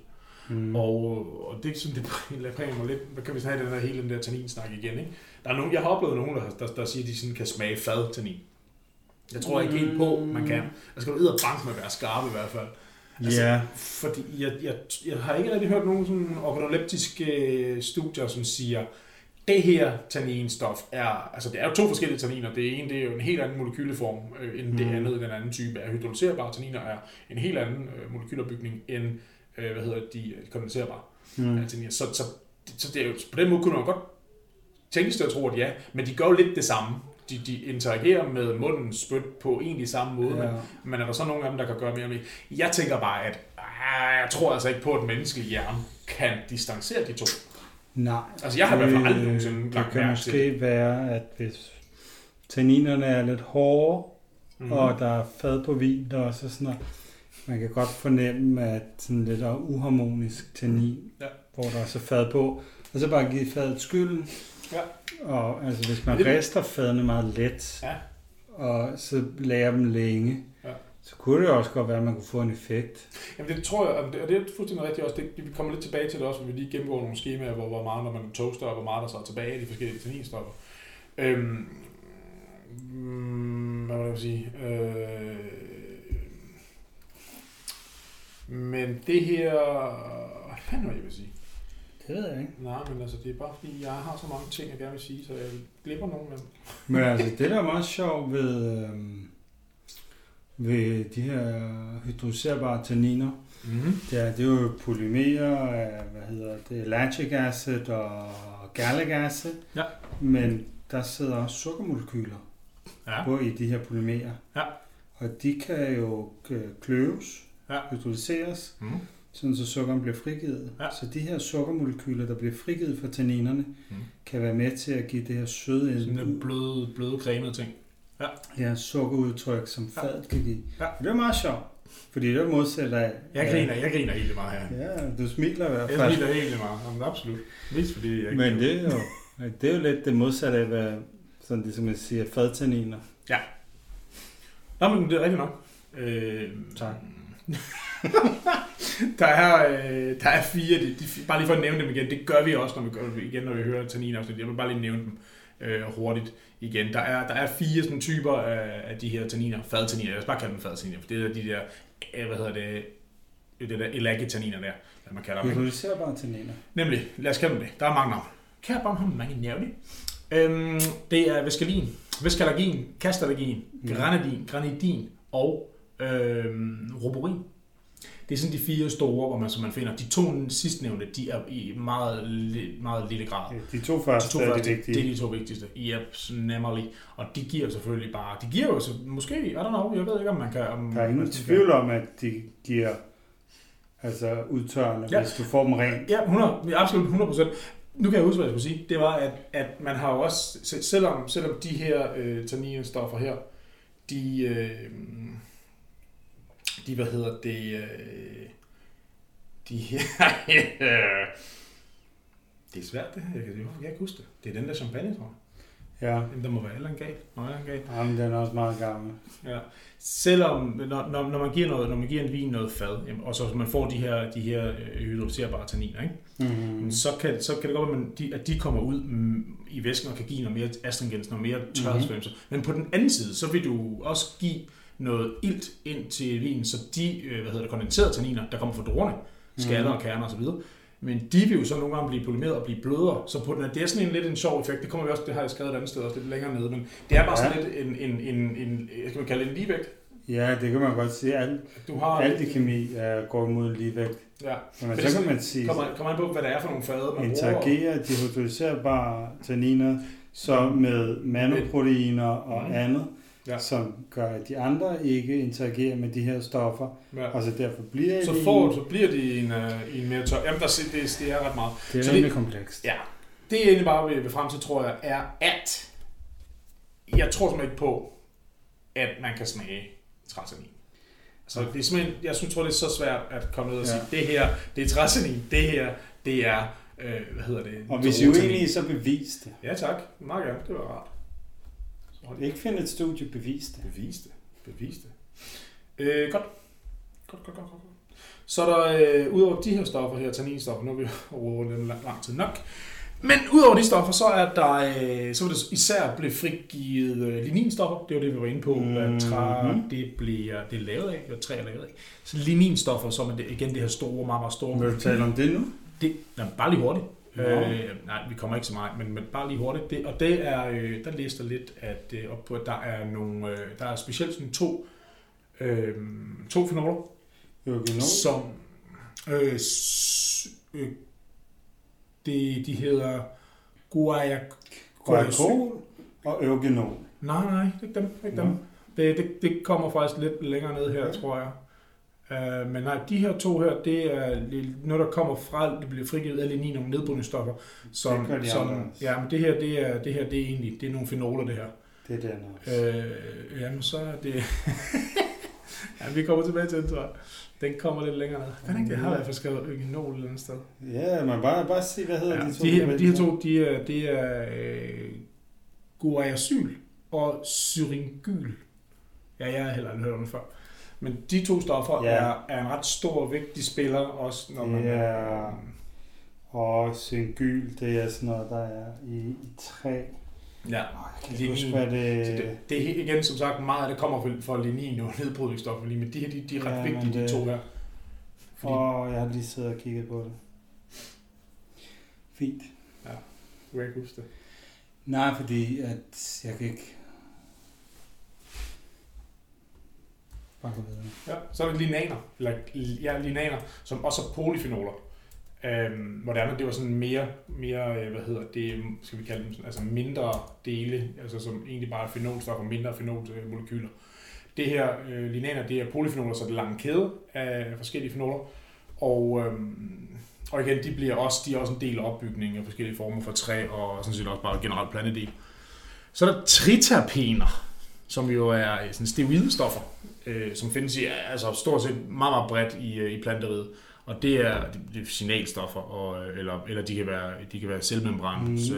Og det er sådan, det præger mig lidt. Hvad kan vi snakke hele den der tanninsnak igen, ikke? Der er nogen, jeg har oplevet nogen, der siger, at de sådan kan smage fad-tannin. Jeg tror ikke helt på, man kan. Jeg skal ud og banke med at være skarp i hvert fald. Altså, ja. Fordi jeg har ikke rigtig hørt nogen sådan organoleptiske studier, som siger, det her tanninstof er, altså det er jo to forskellige tanniner. Det ene, det er jo en helt anden molekyleform, end det andet, den anden type af hydrolyserbare tanniner er en helt anden molekylerbygning end de kondenserbare tanniner. Så det er jo, på den måde kunne man godt tænke sig at tro, at ja, men de gør jo lidt det samme. De interagerer med mundens spyt på egentlig samme måde, men er der så nogle af dem, der kan gøre mere med? Jeg tænker bare, at jeg tror altså ikke på, at menneskelig hjerne kan distancere de to. Nej. Altså jeg har i hvert fald aldrig nogensinde lagt mærke til. Det kan måske være, at hvis tanninerne er lidt hårde, og der er fad på vin, der også er sådan noget, man kan godt fornemme, at sådan lidt uharmonisk tannin, hvor der er så fad på, og så bare give fadet skylden. Ja. Og altså hvis man rister fadene meget let, og så lader dem længe, så kunne det også godt være, at man kunne få en effekt. Jamen det tror jeg, og det er fuldstændig rigtigt også. Vi kommer lidt tilbage til det også, hvor vi lige gennemgår nogle skemaer, hvor meget når man toaster, og hvor meget der så er tilbage af de forskellige tanninstoffer. Hvad vil jeg sige? Men det her... Hvad fanden jeg vil sige? Det ved jeg ikke. Nej, men altså det er bare fordi, jeg har så mange ting, jeg gerne vil sige, så jeg glipper nogle af dem. Men altså det, der er meget sjovt ved de her hydrolyserbare tanniner, det er jo polymerer af, lactic acid og gallic acid, men der sidder også sukkermolekyler på i de her polymerer. Ja. Og de kan jo kløves, hydrolyseres, sådan så sukkeren bliver frigivet. Ja. Så de her sukkermolekyler, der bliver frigivet fra tanninerne, kan være med til at give det her søde... Sådan en bløde cremede ting. Ja, sukkerudtryk, som fadet kan give. Ja. Og det er meget sjovt. Fordi det er modsat af... Jeg griner helt meget her. Ja, du smiler i hvert fald. Jeg smiler helt meget, jamen, absolut. Mest fordi jeg ikke... Men det er jo lidt det modsatte af, hvad, sådan det, som man siger, fadtanniner. Ja. Nå, men det er rigtigt nok. Tak. der er 4, bare lige for at nævne dem igen, det gør vi også, når vi hører tanninafsnit. Jeg vil bare lige nævne dem hurtigt igen. Der er 4 sådan typer af de her tanniner, fadtanniner. Jeg skal bare kalde dem fadtanniner, for det er de der, det der elagitanniner der, hvad man kalder dem. Hydrolyserbare tanniner. Nemlig, lad os kalde dem det. Der er mange navne. Kære barn har mange navne. Det er veskalin, veskalagin, kastalagin, granidin og roborin. Det er sådan de 4 store, hvor man finder. De 2 sidstnævnte, de er i meget lille grad. De 2 første er de vigtige. Det er de 2 vigtigste. Yep, nemlig. Og de giver selvfølgelig bare... De giver jo så, måske, I don't know, jeg ved ikke, om man kan... Der er ingen tvivl om, at de giver udtørrende, hvis du får dem rent. Ja, absolut 100%. Nu kan jeg huske, hvad jeg skulle sige. Det var, at man har jo også... Selvom de her tanninstoffer her, de hvad hedder det, de her, det er svært det her, jeg kan ikke huske det. Det er den der champagne, tror jeg. Ja. Der må være eller en galt. Jamen, den er også meget gammel. Ja. Selvom, når man giver en vin noget fad, og så man får de her hydrolyserbare tanniner, ikke? Mm-hmm. Så kan det godt være, at de kommer ud i væsken og kan give noget mere astringens, noget mere tørhedsfornemmelse. Men på den anden side, så vil du også give noget ilt ind til vinen, så de kondenserede tanniner, der kommer fra druerne, skaller og kerner osv., men de vil jo så nogle gange blive polymeret og blive blødere, så det er sådan lidt en sjov effekt. Det kommer vi også, det har jeg skrevet et andet sted også lidt længere nede, men det er bare sådan lidt en skal man kalde det en ligevægt? Ja, det kan man godt sige. Alt i kemi går imod ligevægt. Ja. Men så kan man sige... Kommer an på, hvad det er for nogle fade, man interagerer de hydrolyserbare tanniner så med manoproteiner og andet, som gør, at de andre ikke interagerer med de her stoffer, og så derfor bliver så bliver de en mere tør. Jamen, det er ret meget. Det er rimelig komplekst. Ja. Det er egentlig bare ved frem til, tror jeg, er at jeg tror simpelthen ikke på, at man kan smage trætannin. Så det er simpelthen, jeg tror, det er så svært at komme ned og sige, det her, det er trætannin, det her, det er, og hvis I er uenige, så bevis det. Ja tak, meget gerne, det var rart. Ikke finde et studie, bevis det. Bevis det. Godt. Så er der, udover de her stoffer her, tanninstoffer, nu er vi over dem lang tid nok, men udover de stoffer, så er der, så vil det især blive frigivet lininstoffer, det var det, vi var inde på, hvad træ, det er lavet af, hvad træ er lavet af. Så lininstoffer, som er det, igen det her store, meget, meget store. Vil du tale om det nu? Bare lige hurtigt. Nej, vi kommer ikke så meget, men bare lige hurtigt. Og det er, der læste jeg lidt, at op på, at der er nogle, der er specielt sådan to fenoler, som de hedder guaiacol og eugenol. Nej, ikke dem. Det kommer faktisk lidt længere ned her, tror jeg. Men nej, de her 2 her, det er noget, der kommer fra, det bliver frigivet af linin nogle nedbrydningsstoffer. Men det her, det er egentlig, det er nogle fenoler, det her. Det er den også. Jamen, så er det... ja, vi kommer tilbage til den, tror jeg. Den kommer lidt længere ned. Kan ikke det? Har jeg skrevet eugenol et eller andet sted? Ja, man bare sige, hvad hedder de 2? De her 2, det er guaiacyl og syringyl. Ja, jeg har heller ikke hørt om det før. Men de 2 stoffer er en ret stor og vigtig spiller også, når man... og syringyl, det er sådan noget, der er i træ. Ja, linin. Det er igen, som sagt, meget af det kommer fra linin og nedbrydningsstoffer, men de her, de er ret vigtige, de 2 her. Jeg har lige siddet og kigget på det. Fint. Ja, du kan ikke huske det. Nej, fordi at jeg kan ikke... Ja, så er det linaner, som også er polyfenoler. Hvor det var sådan mere, skal vi kalde dem, altså mindre dele, altså som egentlig bare er fenolstoffer, mindre fenolmolekyler. Det her linaner, det er polyfenoler, så det er lang kæde af forskellige fenoler. Og igen, de er også en del af opbygningen af forskellige former for træ, og sådan set også bare generelt plantedel. Så er der triterpener. som jo er sådan steroidestoffer, som findes i altså stort set meget, meget bredt i planteriget. Og det er signalstoffer, eller de kan være selvmembranens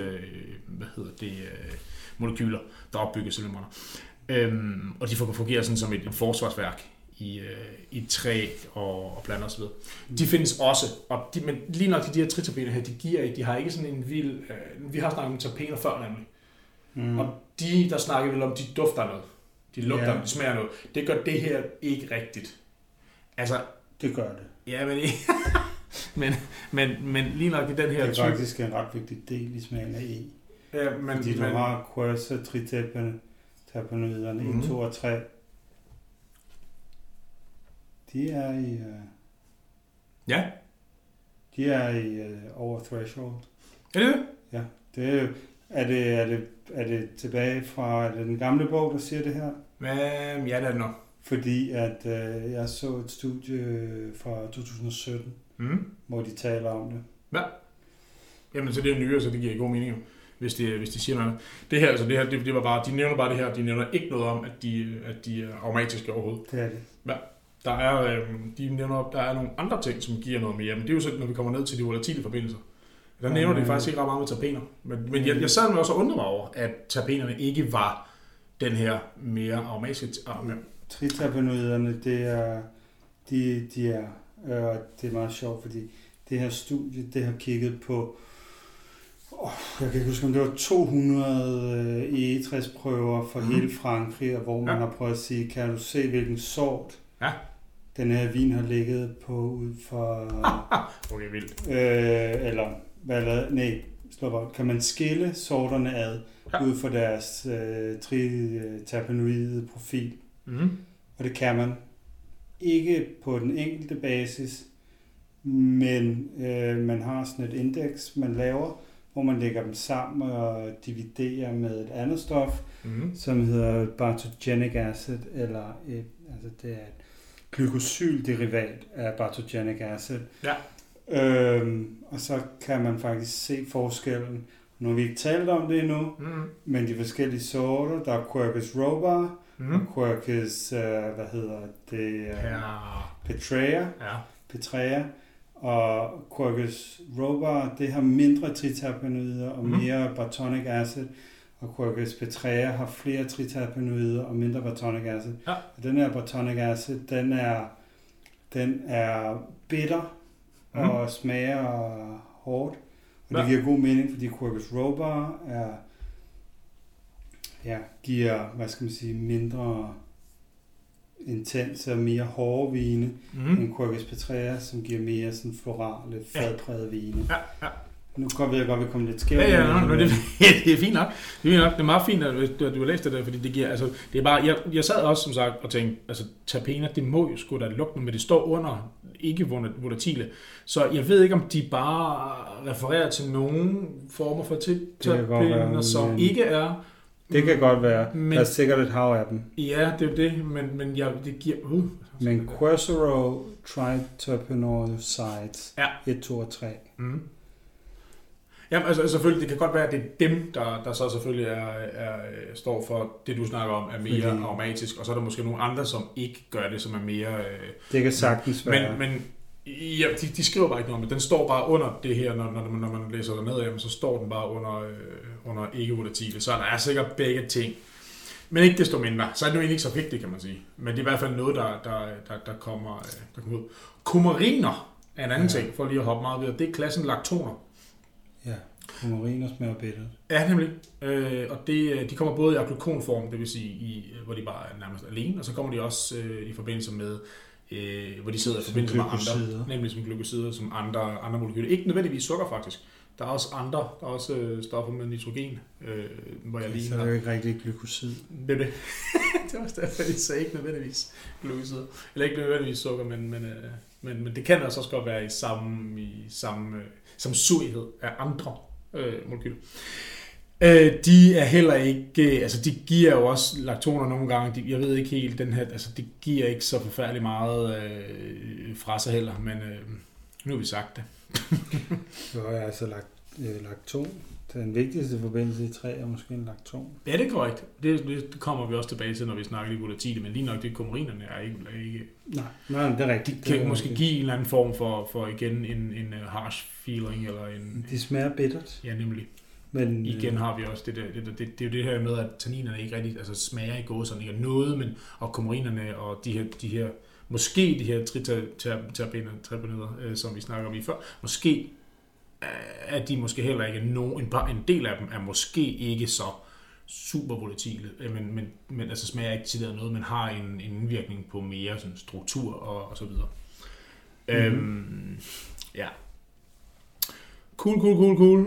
molekyler, der opbygger cellemembraner. Og de fungerer sådan som et forsvarsværk i træ og planter osv. De findes også, men lige nok de her triterpener her, de har ikke sådan en vild... vi har snakket om terpener før nemlig. Og der snakker vi om, de dufter noget. De lugter, de smager noget. Det gør det her ikke rigtigt. Altså... Det gør det. Ja, men lige nok i den her type... Det er faktisk en ret vigtig del i smagen af E. Ja, fordi du har quercetriterpenoiderne 1, 2 og 3. De er i... Ja. De er i over threshold. Er det? Ja. Er det tilbage fra den gamle bog, der siger det her? Ja, det er det nok. Fordi at jeg så et studie fra 2017, hvor de taler om det. Ja. Jamen, så det er nyere, så det giver god mening, hvis de siger noget. Det her, det var bare, de nævner bare det her, de nævner ikke noget om, at de er aromatiske overhovedet. Det er det. Ja. De nævner, der er nogle andre ting, som giver noget mere, men det er jo så, når vi kommer ned til de volatile forbindelser. Der nævner de faktisk ikke ret meget med terpener. Men jeg sad mig også og undrede mig over, at terpenerne ikke var den her mere aromatiske. Triterpenoiderne, det er, det er meget sjovt, fordi det her studie, det har kigget på, jeg kan ikke huske, om det var 200 egetræsprøver for hele Frankrig, hvor man har prøvet at sige, kan du se, hvilken sort den her vin har ligget på ud for... Okay, vildt. Kan man skille sorterne ad ud fra deres triterpenoide profil? Og det kan man ikke på den enkelte basis, men man har sådan et indeks, man laver, hvor man lægger dem sammen og dividerer med et andet stof, som hedder Bartogenic acid, eller det er et glykosylderivat af Bartogenic acid. Ja. Og så kan man faktisk se forskellen. Nu har vi ikke talt om det endnu, men de forskellige sorter, der er Quercus robur, og Quercus, Petrea, og Quercus robur, det har mindre triterpenoider og mere Bartonic acid, og Quercus Petrea har flere triterpenoider og mindre Bartonic acid. Ja. Og den her Bartonic acid, den er bitter og smager hårdt. Og det giver god mening, fordi Quercus robur giver, mindre intense og mere hårde vine, end Quercus Petrea, som giver mere sådan florale, fadprægede vine. Ja. Nu ved jeg godt, vi kommer lidt skævt. Det er fint nok. Det er meget fint, at du har læst det der, fordi det giver, altså, det er bare, jeg sad også, som sagt, og tænkte, altså, terpener, det må jo sgu da lugte, men det står under ikke volatile. Så jeg ved ikke, om de bare refererer til nogle former for terpener, som ikke er... Det kan godt være. Men, der er sikkert et hav af dem. Ja, det er jo det, men det giver... Men Quercero triterpenoides 1, 2 og 3. Jamen, altså selvfølgelig, det kan godt være, at det er dem, der så selvfølgelig står for det, du snakker om, er mere aromatisk, og så er der måske nogle andre, som ikke gør det, som er mere... det kan sagtens være. Men ja, de skriver bare ikke noget om det. Den står bare under det her, når man læser der ned, så står den bare under ikke-volatile. Så der er sikkert begge ting. Men ikke desto mindre, så er det jo egentlig ikke så vigtigt, kan man sige. Men det er i hvert fald noget, der kommer ud. Kumariner er en anden ting, for lige at hoppe meget videre. Det er klassen laktoner. Ja, kumariner smager bittert. Ja, nemlig. Og de kommer både i aglukonform, det vil sige, hvor de bare er nærmest alene, og så kommer de også i forbindelse med, hvor de sidder i forbindelse med andre, nemlig som glykosider, som andre molekyler. Ikke nødvendigvis sukker, faktisk. Der er også stoffer med nitrogen, hvor jeg lige så er det jo ikke rigtig glykosid. Det er det. Det var også derfor, jeg sagde ikke nødvendigvis glykosider. Eller ikke nødvendigvis sukker, men det kan også godt være i samme samsurighed af andre molekyler. De er heller ikke, altså de giver jo også laktoner nogle gange, jeg ved ikke helt, den her, altså de giver ikke så forfærdeligt meget fra sig heller, men nu har vi sagt det. Så har jeg altså lakton. Den vigtigste forbindelse i træ er måske en lakton. Ja, det er korrekt. Det kommer vi også tilbage til, når vi snakker i volatile, men lige nok det kumarinerne er ikke... Nej, det er rigtigt. De kan måske give en eller anden form for igen en harsh feeling, eller en... De smager bittert. Ja, nemlig. Men igen har vi også det er jo det her med, at tanninerne ikke rigtig smager i gåserne, ikke noget, men og kumarinerne og de her måske de her triterpenoider, som vi snakker om i før, måske er de måske heller ikke en del af dem er måske ikke så super volatile, men altså smager ikke til noget, men har en indvirkning på mere sådan struktur og så videre. Ja. Cool.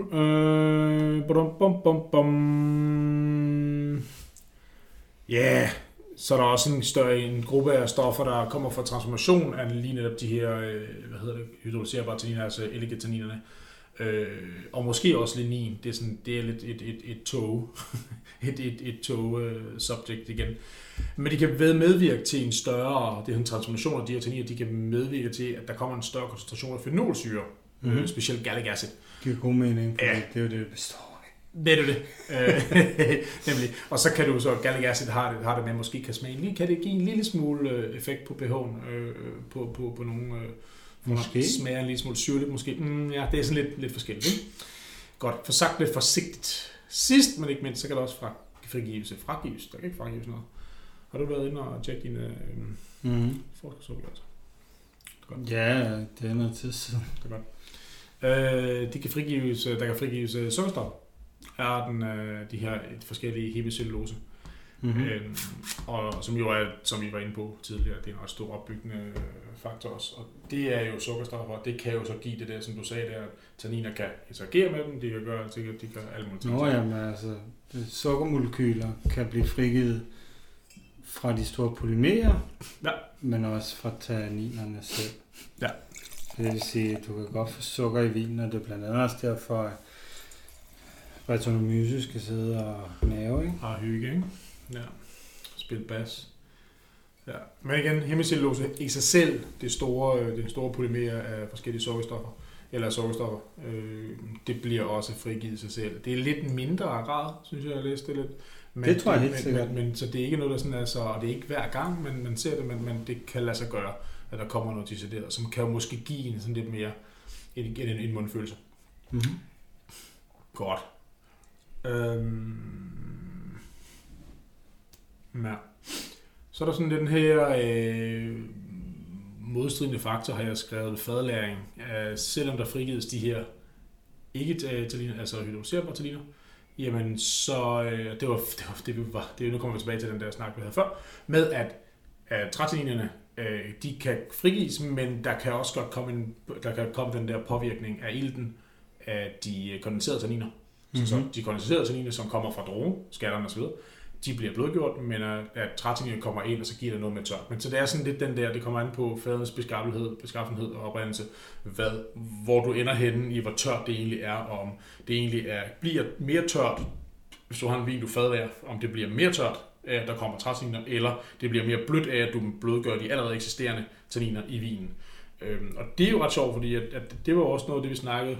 Ja, så er der også en gruppe af stoffer, der kommer fra transformation af lige netop de her, hydrolyserbare tanniner, altså L-getaninerne. Og måske også lignin. Det er lidt et tog et tog-subject igen. Men de kan medvirke til en større, det er en transformation af de her tanniner, de kan medvirke til, at der kommer en større koncentration af fenolsyre, specielt gallic acid. Det giver god mening, for det er jo det består af. Det er det. Nemlig. Og så kan du så, gallic acid har det med, måske kan smage, kan det give en lille smule effekt på pH'en på nogle... Måske. Smager en lille smule syrligt, måske. Ja, det er sådan lidt forskelligt. Ikke? Godt, for sagt lidt forsigtigt. Sidst, men ikke mindst, så kan der også fragives. Der kan ikke fragives noget. Har du været inde og tjekke dine forskersopgørelser? Ja, det er noget tid siden. Det er godt. Der kan frigives sukkerstoffer. De her forskellige hemicellulose. Og som jo er, som vi var inde på tidligere, det er en ret stor opbyggende faktor også. Og det er jo sukkerstoffer, det kan jo så give det der, som du sagde der, at tanniner kan interagere med dem, de kan gøre alle mulige ting. Jamen altså, sukkermolekyler kan blive frigivet fra de store polymerer, men også fra tanninerne selv. Ja. Det vil sige, at du kan godt få sukker i vin, og det er blandt andet også derfor, at Brettanomyces skal sidde og gnave, ikke? Og hygge, ikke? Ja. Spil bas. Ja. Men igen, hemicellulose i sig selv, det store polymer af forskellige sukkerstoffer, det bliver også frigivet sig selv. Det er lidt mindre grad, synes jeg læste det lidt. Men det tror jeg helt sikkert. Men så det er ikke noget, der sådan er så, og det er ikke hver gang, men man ser det, men det kan lade sig gøre, at der kommer noget decideret, som kan jo måske give en sådan lidt mere en mundfølelse. Mm-hmm. Godt. Ja. Så er der sådan den her modstridende faktor, har jeg skrevet fadlæring. Selvom der frigives de her ikke-tanniner, altså hydrolyserbare tanniner, jamen så nu kommer vi tilbage til den der snak, vi havde før, med at trætanninerne, de kan frigives, men der kan også godt komme den der påvirkning af ilten af de kondenserede tanniner. Mm-hmm. Så de kondenserede tanniner, som kommer fra drogen, skatterne osv., de bliver blødgjort, men at trætanninerne kommer ind, og så giver det noget med tørt. Men så det er sådan lidt den der, det kommer an på fadens beskaffenhed og oprindelse, hvor du ender henne i, hvor tørt det egentlig er, og om det egentlig bliver mere tørt, hvis du har en vin, du fadlærer, om det bliver mere tørt af, at der kommer trætanniner, eller det bliver mere blødt af, at du blødgør de allerede eksisterende tanniner i vinen. Og det er jo ret sjovt, fordi at det var også noget af det, vi snakkede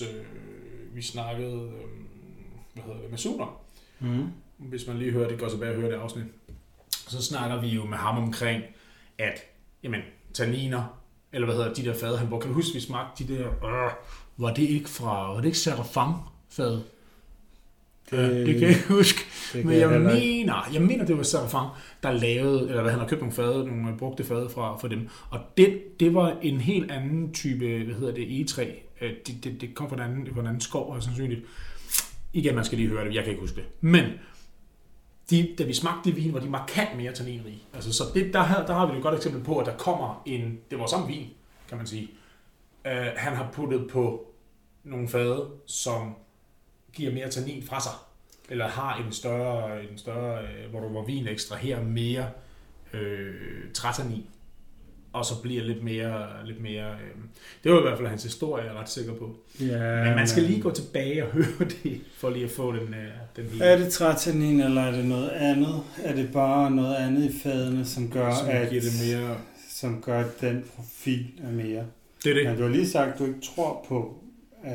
med Suner. Mm. Hvis man lige hører det, går tilbage og hører det afsnit. Så snakker vi jo med ham omkring, at tanniner, eller de der fade, han kan du huske, vi smagte de der, var det ikke Sarafang-fad? Det kan jeg ikke huske. Men jeg mener, det var Sarafang, der lavede, eller han har købt nogle brugte fade fra dem. Og det var en helt anden type, egetræ. Det kom fra en anden skov, og sandsynligt. Igen, man skal lige høre det, jeg kan ikke huske det. Men da vi smagte det vin, var de markant mere tanninrige. Altså, så der har vi et godt eksempel på, at der kommer det var samme vin, kan man sige. Han har puttet på nogle fade, som giver mere tannin fra sig, eller har en større hvor vin ekstraherer mere trætannin, og så bliver lidt mere det var i hvert fald hans historie, jeg er ret sikker på. Ja, men man skal lige gå tilbage og høre det, for lige at få den hele. Er det trætannin, eller er det noget andet? Er det bare noget andet i fadene, som gør, som gør, at den profil er mere? Det er det. Men du har lige sagt, at du ikke tror på, at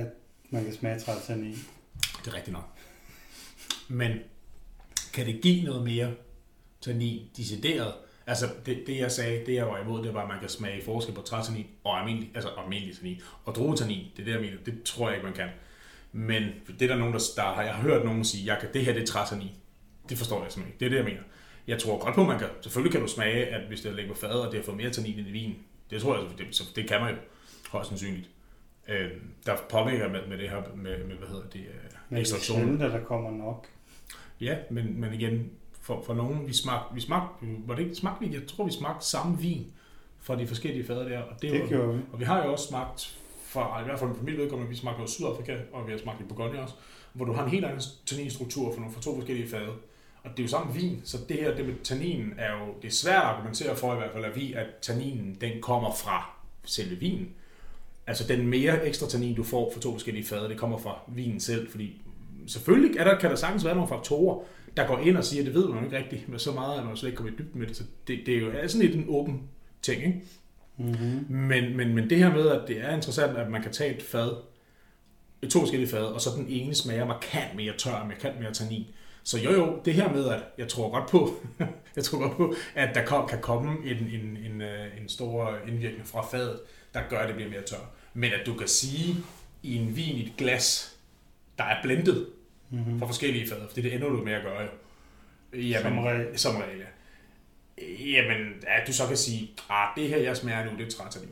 Man kan smage tratanin. Det er rigtigt nok. Men kan det give noget mere tannin decideret? Altså det jeg sagde, det jeg var imod, det var, at man kan smage forskel på tratanin og almindelig tannin. Og druetanin, det er det, jeg mener. Det tror jeg ikke, man kan. Men det er der nogen, jeg har hørt nogen sige, det her det er tratanin. Det forstår jeg simpelthen ikke. Det er det, jeg mener. Jeg tror godt på, at man kan. Selvfølgelig kan du smage, at hvis det ligger på fadet, og det har fået mere tannin end i vin. Det tror jeg, det kan man jo højst sandsynligt. Der påvirker med det her, med hvad hedder det, ekstraktion. Men det er der kommer nok. Ja, men igen, for nogen, vi smagte, jeg tror, vi smagte samme vin fra de forskellige fader der. Og det gjorde vi. Og vi har jo også smagt, i hvert fald for mit vedkommende, vi smagte noget Sydafrika, og vi har smagt i Bourgogne også, hvor du har en helt anden tanninstruktur for to forskellige fade. Og det er jo samme vin, så det med tanninen er jo, det er svært at argumentere for i hvert fald, at tanninen, den kommer fra selve vinen. Altså den mere ekstra tannin, du får for to forskellige fade, det kommer fra vinen selv, fordi selvfølgelig kan der sagtens være nogle faktorer, der går ind og siger, det ved man ikke rigtigt, men så meget, at man slet ikke kommer i dybden med det, så det er jo sådan lidt en åben ting, ikke? Mm-hmm. Men det her med, at det er interessant, at man kan tage et fad, to forskellige fad, og så den ene smager markant mere tør, markant mere tannin. Så jo, det her med, at jeg tror godt på, at der kan komme en stor indvirkning fra fadet, der gør, at det bliver mere tør. Men at du kan sige, i en vin i et glas, der er blendet fra forskellige fader, fordi det ender du med at gøre jo. Jamen, som regel, ja. Jamen, at du så kan sige, det her, jeg smager nu, det er tratanin.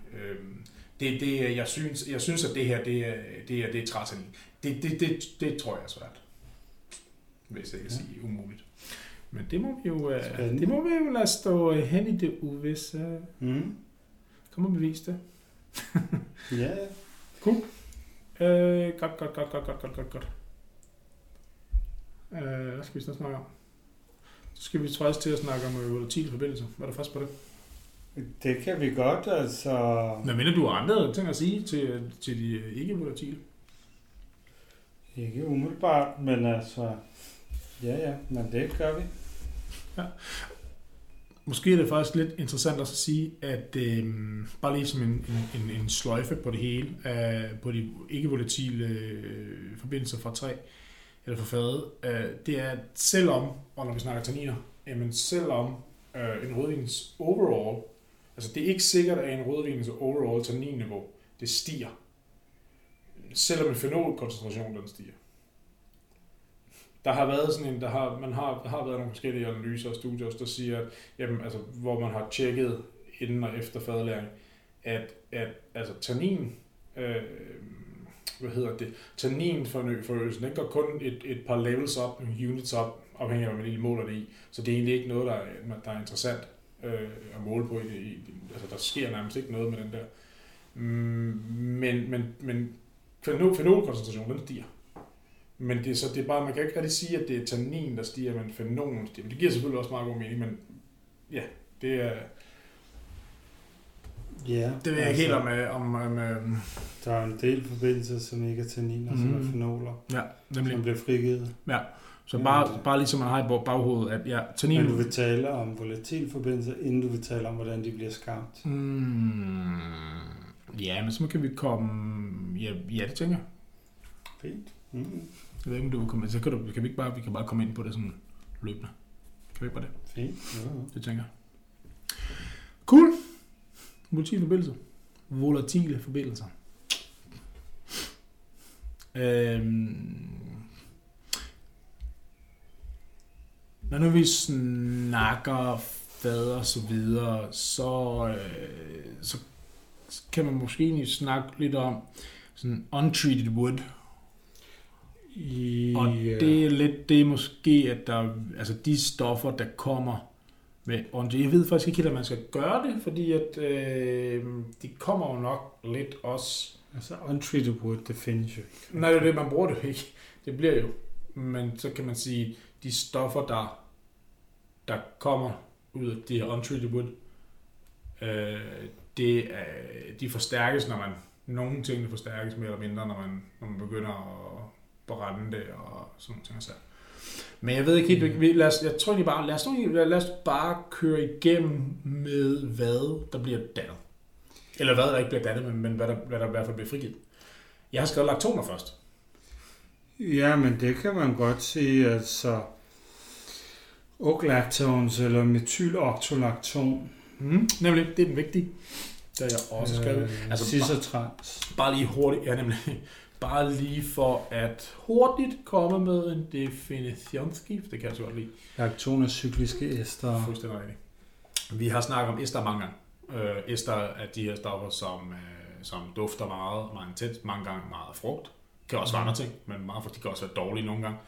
Jeg synes, at det her, det er tratanin. Det tror jeg er svært. Hvis jeg kan sige umuligt. Men det må vi jo lade stå hen i det uvisse. Kom og bevis det. Ja. Cool. Godt. Hvad skal vi så snakke om? Så skal vi faktisk til at snakke om volatile forbindelser. Hvad er der fast på det? Det kan vi godt, altså. Hvad mener du andre ting at sige til de ikke-volatile? Ikke umiddelbart, men altså. Ja, men det gør vi. Ja. Måske er det faktisk lidt interessant også at sige, at bare lige som en sløjfe på det hele, på de ikke-volatile forbindelser fra træ, eller fra fade, det er, at selvom, og når vi snakker tanniner, jamen selvom en rødvins overall, altså det er ikke sikkert, at en rødvins overall tanninniveau, det stiger. Selvom en fenolkoncentration, den stiger. Der har været sådan en, man har været nogle forskellige analyser og studier, der siger, at, jamen, altså, hvor man har tjekket inden og efter fadlæring, at altså tannin, tanninforøgelsen, den går kun et par levels op, nogle units op, afhængig af, hvad man lige måler det i. Så det er egentlig ikke noget, der er interessant at måle på. Altså, der sker nærmest ikke noget med den der. Men fenolkoncentrationen, den stiger. Men det er bare, man kan ikke rigtig sige, at det er tannin, der stiger, men fenolen stiger. Men det giver selvfølgelig også meget god mening, men ja, det er... Ja, det ved jeg ikke helt om... Der er en del forbindelser, som ikke er tanniner, som er fenoler, nemlig. Som bliver frigivet. Ja, så bare ligesom man har i baghovedet, at tannin... Men du vil tale om volatil forbindelser, inden du vil tale om, hvordan de bliver skabt. Ja, men så kan vi komme... Ja, det tænker jeg. Fint. Jeg ved ikke, om du vil komme... Så kan vi kan bare komme ind på det sådan løbende. Kan vi ikke bare det? Fint. Det tænker jeg. Cool. Volatile forbindelser. Når nu vi snakker fad og så videre, så kan man måske snakke lidt om sådan untreated wood. Og det er lidt det måske, at der, altså de stoffer, der kommer med, og jeg ved faktisk ikke helt, at man skal gøre det, fordi at de kommer jo nok lidt også. Altså untreated wood, det findes jo ikke. Nej, det er det, man bruger det ikke. Det bliver jo. Men så kan man sige, de stoffer, der kommer ud af det her untreated wood, de forstærkes, når man, nogle ting forstærkes mere eller mindre, når man begynder at brænde det og sådan nogle ting. Men jeg ved ikke helt, lad os bare køre igennem med, hvad der bliver dannet. Eller hvad der ikke bliver dannet, men hvad der i hvert fald bliver frigivet. Jeg har skrevet laktoner først. Ja, men det kan man godt sige, altså oglactones eller metyloctolacton. Nemlig, det er den vigtige. Der er jeg også skrevet. Cisatrans. Bare lige hurtigt, ja nemlig. Bare lige for at hurtigt komme med en definitionsskift, det kan jeg så godt lide. Laktoner cykliske ester. Fuldstændig rigtigt. Vi har snakket om ester mange gange. Ester er de her stoffer, som dufter meget intens, mange gange meget frugt. Kan også være andre ting, men meget frugt, de kan også være dårlige nogle gange.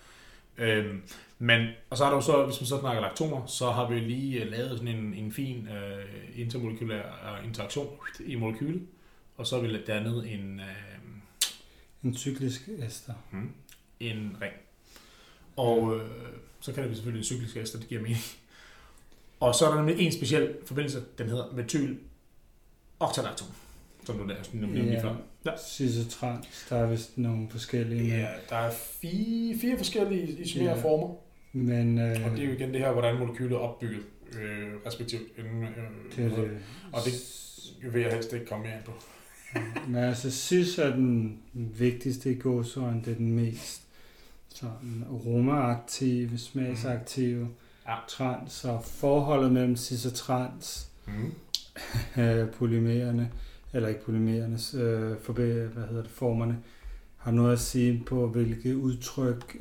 Og så er der jo så, hvis man så snakker laktoner, så har vi lige lavet sådan en fin intermolekylær interaktion i molekylet, og så har vi dannet en cyklisk ester. En ring. Og så kan det selvfølgelig en cyklisk ester, det giver mening. Og så er der nemlig en speciel forbindelse, den hedder metyloctolacton, som du nævnte lige før. Ja, cisatrans, der er vist nogle forskellige. Ja, der er fire forskellige isomerede former. Men, og det er jo igen det her, hvordan molekylet er opbygget, respektivt. Og det vil jeg helst ikke komme mere ind på. Men altså cis er den vigtigste i gåseøjne, det er den mest sådan aromaaktive, smagsaktive, trans, og forholdet mellem cis og trans, polymererne, eller ikke polymerernes, formerne, har noget at sige på, hvilke udtryk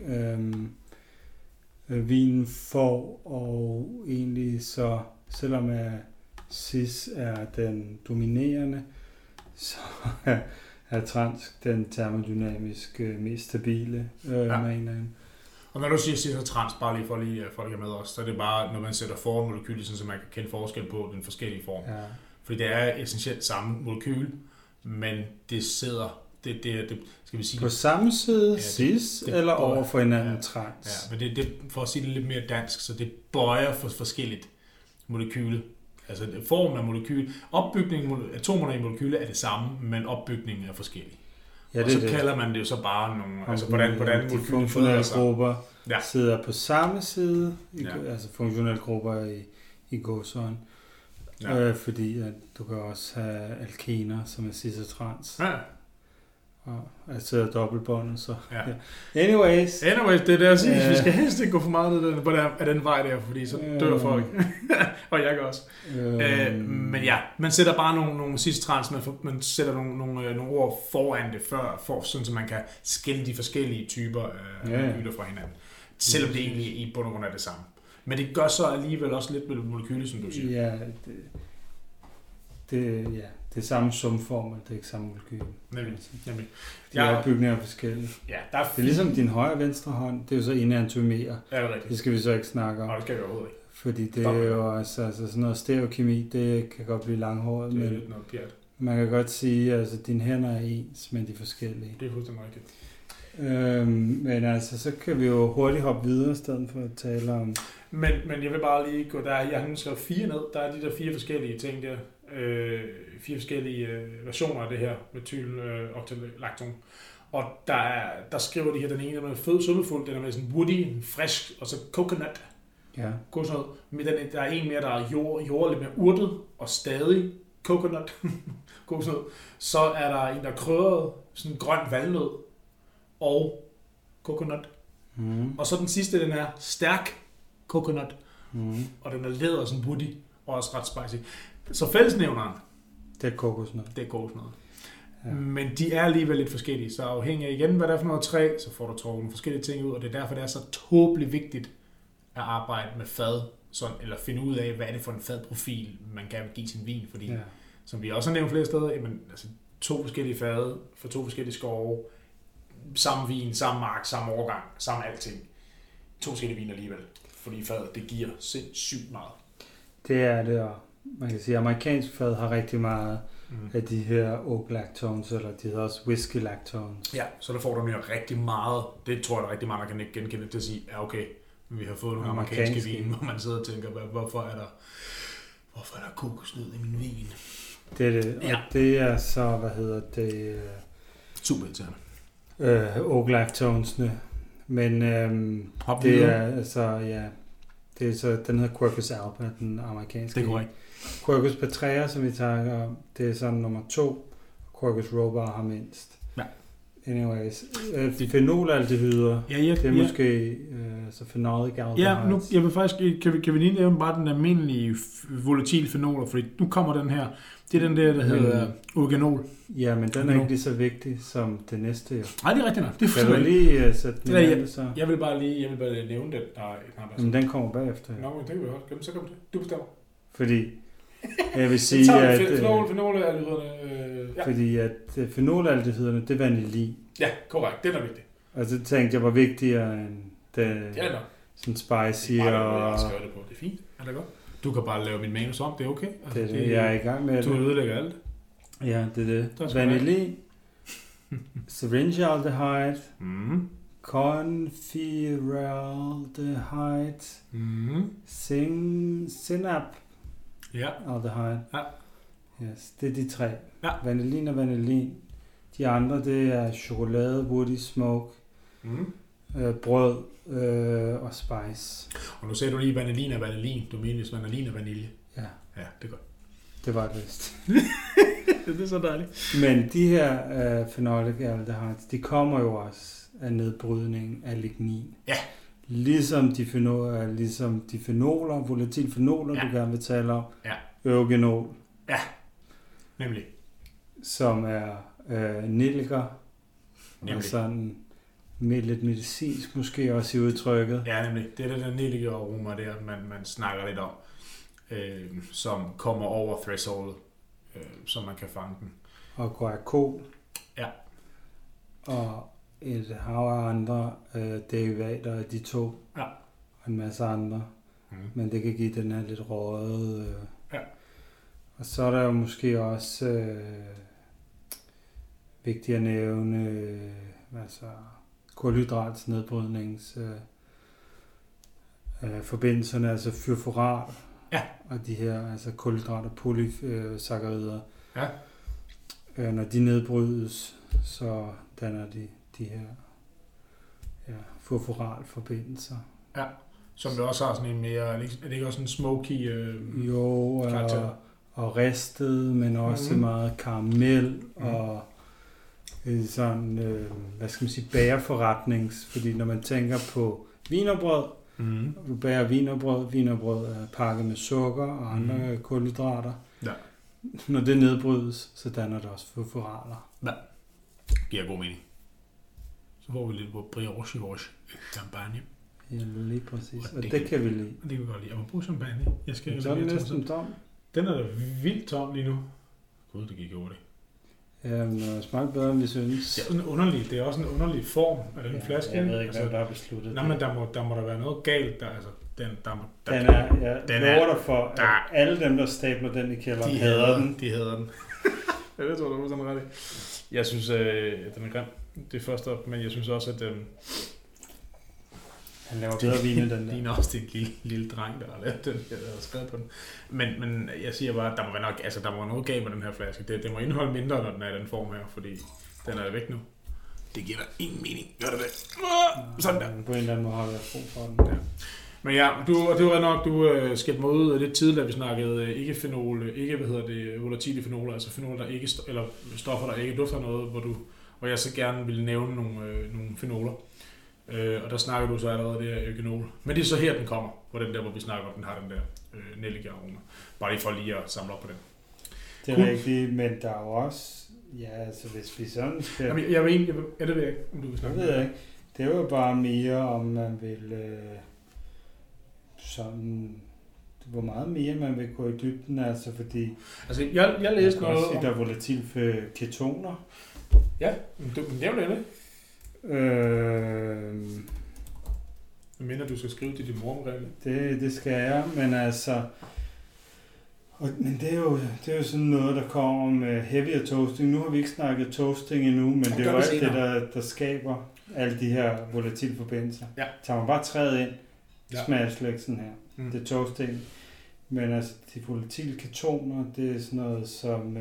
vinen får, og egentlig så, selvom cis er den dominerende, så er trans den termodynamisk mest stabile med. Og når du siger cis og trans, bare lige for lige folk er med os, så er det bare, når man sætter foran molekylet, så man kan kende forskel på den forskellige form. Ja. Fordi det er essentielt samme molekyl, men det sidder, det skal vi sige... På samme side cis, eller over for hinanden trans? Ja, men det for at sige det lidt mere dansk, så det bøjer for forskelligt molekyle. Altså formen af molekyl, opbygningen, atomerne i molekylet er det samme, men opbygningen er forskellig. Ja, og så kalder man det jo så bare nogle, altså hvordan de funktionelle grupper sidder på samme side, altså funktionelle grupper i gåseøjne. Fordi at du kan også have alkener, som er cis og trans. Ja. Og jeg sidder dobbeltbåndet, så... Ja. Anyways, det er det, jeg siger. Vi skal helst ikke gå for meget af den vej der, fordi så dør folk. Og jeg kan også. Men ja, man sætter bare nogle cis-trans, man sætter nogle ord foran det, sådan så man kan skille de forskellige typer af molekyler fra hinanden. Selvom det egentlig i bund og grund er det samme. Men det gør så alligevel også lidt med molekyler, som du siger. Ja, det er samme sumform, det er ikke samme molekyl. Nemlig. De opbygninger er forskellige. Ja, det er ligesom din højre og venstre hånd, det er jo så enantiomerer. Ja, det er rigtigt. Det skal vi så ikke snakke om. Nej, det skal vi overhovedet ikke. Fordi det er jo altså sådan noget stereokemi, det kan godt blive langhåret. Det er lidt noget pjat. Man kan godt sige, at altså, dine hænder er ens, men de er forskellige. Det er fuldstændig rigtigt. Men altså, så kan vi jo hurtigt hoppe videre, i stedet for at tale om... Men jeg vil bare lige gå der. Jeg har skrevet 4 ned. Der er de der 4 forskellige ting der. 4 forskellige versioner af det her metyloctolacton. Og der skriver de her, den ene er med sødmefuld, den er med sådan woody, frisk, og så coconut. Ja. Men der er en mere, der er jord lidt mere urtet og stadig coconut. Så er der en, der er krydret, sådan grøn valnød og coconut. Og så den sidste, den er stærk coconut. Og den er læder, sådan woody, og også ret spicy. Så fællesnævneren, det er kokosnød. Ja. Men de er alligevel lidt forskellige, så afhængig af igen, hvad der er for noget træ, så får du trukket nogle forskellige ting ud, og det er derfor, det er så tåbeligt vigtigt at arbejde med fad, sådan, eller finde ud af, hvad er det for en fadprofil, man gerne vil give sin vin, fordi, som vi også har nævnt flere steder, jamen, altså, 2 forskellige fade for 2 forskellige skove, samme vin, samme mark, samme årgang, samme alting. 2 forskellige vin alligevel, fordi fadet, det giver sindssygt meget. Det er det, og man kan sige, at amerikansk fad har rigtig meget af de her oak lactones, eller de hedder også whisky lactones. Ja, så der får du mere rigtig meget. Det tror jeg, der er rigtig mange, der kan ikke genkende til at sige, ja okay, vi har fået nogle amerikanske vin, hvor man sidder og tænker, hvorfor er der kokosnød i min vin? Det er det, og det er så, super irriterende. Oak lactonesne. Men det er altså, det er så, den hedder Quercus alba, den amerikanske. Det er korrekt. Quercus patria, som vi tager om, det er sådan nummer 2. Quercus robur har mindst. Ja. anyways. Fenolaldehyder, det er måske så phenolic aldehydes. Ja, nu, jeg vil faktisk, kan vi lige nævne bare den almindelige volatilfenoler, fordi nu kommer den her, det er den der hedder eugenol. Ja, men den er ikke lige så vigtig som det næste. Jo. Nej, det er rigtigt nok. Det kan du lige sætte den anden, så? Jeg vil bare nævne den. Nej, men den kommer bagefter. Nå, men det kan vi også. Så kommer det. Du bestemmer. Fordi, jeg vil sige, at fenolaldehyderne, fordi at fenolaldehydderne, det er vanillin. Ja, korrekt. Det er vigtigt. Og så tænkte jeg, var vigtigere end det, sådan spicy og... Jeg skriver det på. Det er fint. Er det godt? Du kan bare lave min manus om. Det er okay. Altså, det, jeg er i gang med du ødelægger alt. Ja, det. Vanillin, syringealdehyde, conferaldehyde, synap aldehyde. Ja. Yes, det er de 3. Ja. Vanillin og vanillin. De andre, det er chokolade, woody smoke, brød og spice. Og nu sagde du lige vanillin og vanillin. Du mener hvis vanillin og vanilje. Ja. Ja, det er godt. Det var det vist. Det er så dejligt. Men de her phenolic aldehydes, de kommer jo også af nedbrydning af lignin. Ja. Ligesom de fenoler, volatilfenoler, du gerne vil tale om. Ja. Eugenol. Ja, nemlig. Som er nelliker. Og sådan med lidt medicinsk måske også i udtrykket. Ja, nemlig. Det er det der nelliker aroma der, man snakker lidt om. Som kommer over thresholdet, så man kan fange den. Og guaiacol. Ja. Og et hav af andre derivater af de 2. Ja. Og en masse andre. Men det kan give den her lidt røde. Ja. Og så er der jo måske også vigtigt at nævne kulhydratsnedbrydnings forbindelserne, altså furfurat. Ja. Og de her altså kulhydrater, polysakkarider. Ja. Når de nedbrydes, så danner de her furfuratforbindelser. Ja. Som det også har sådan en mere, er det ikke også en smoky og ristet, men også meget karamel og sådan, hvad skal man sige, bagerforretnings, fordi når man tænker på wienerbrød, du bager wienerbrød er pakket med sukker og andre kulhydrater. Ja. Når det nedbrydes, så danner det også furfurater. Ja, giver god mening. Så får vi lidt på brioche champagne. Ja, lige præcis. Og det kan vi lide. Det kan vi godt lide. Jeg må bruge champagne. Så er den næsten tom. Den er da vildt tom lige nu. Gud, det gik hurtigt. Ja, men det smager bedre, end vi synes. Det er også en underlig form af den flaske. Jeg ved ikke, hvad der er besluttet. Nej, men der må der være noget galt. Jeg lover dig for, at alle dem, der stabler den i kælderen, hader den. De hader den. Ja, det tror du er sådan ret. Jeg synes, den er grim. Det første op, men jeg synes også, at han laver bedre vin end den der. Det er også det lille dreng, der har lavet den, der har skrevet på den. Men jeg siger bare, at der må være noget galt med den her flaske. Det må indeholde mindre, når den er i den form her, fordi den er væk nu. Det giver der ingen mening. Gør det? Sådan der. På en eller anden måde har jeg brug for den. Ja. Men ja, det var nok, du skældte mig ud lidt tidligere, vi snakkede ikke volatile fenoler, altså fenoler, der ikke, eller stoffer, der ikke dufter noget, hvor jeg så gerne ville nævne nogle fenoler. Og der snakker du så allerede det her eugenol. Men det er så her, den kommer, hvor vi snakker om, den har den der nellike-aroma. Bare lige for lige at samle op på den. Det er rigtigt, men der er jo også, ja, altså hvis vi sådan skal... Jamen, jeg ved ikke, om du vil snakke. Det ved jeg ikke. Det er jo bare mere, om man vil sådan... Hvor meget mere man vil gå i dybden, altså fordi... Altså, jeg læste noget om... Der er volatil ketoner. Ja, du nævner det, ikke? Jeg mener, du skal skrive dit i morgenregel. Det skal jeg, men altså... Men det er jo sådan noget, der kommer med heavier toasting. Nu har vi ikke snakket toasting endnu, men det er jo alt det, der skaber alle de her volatile forbindelser. Ja. Tager man bare træet ind, smager slet ikke sådan her. Det er toasting. Men altså, de volatile ketoner, det er sådan noget som,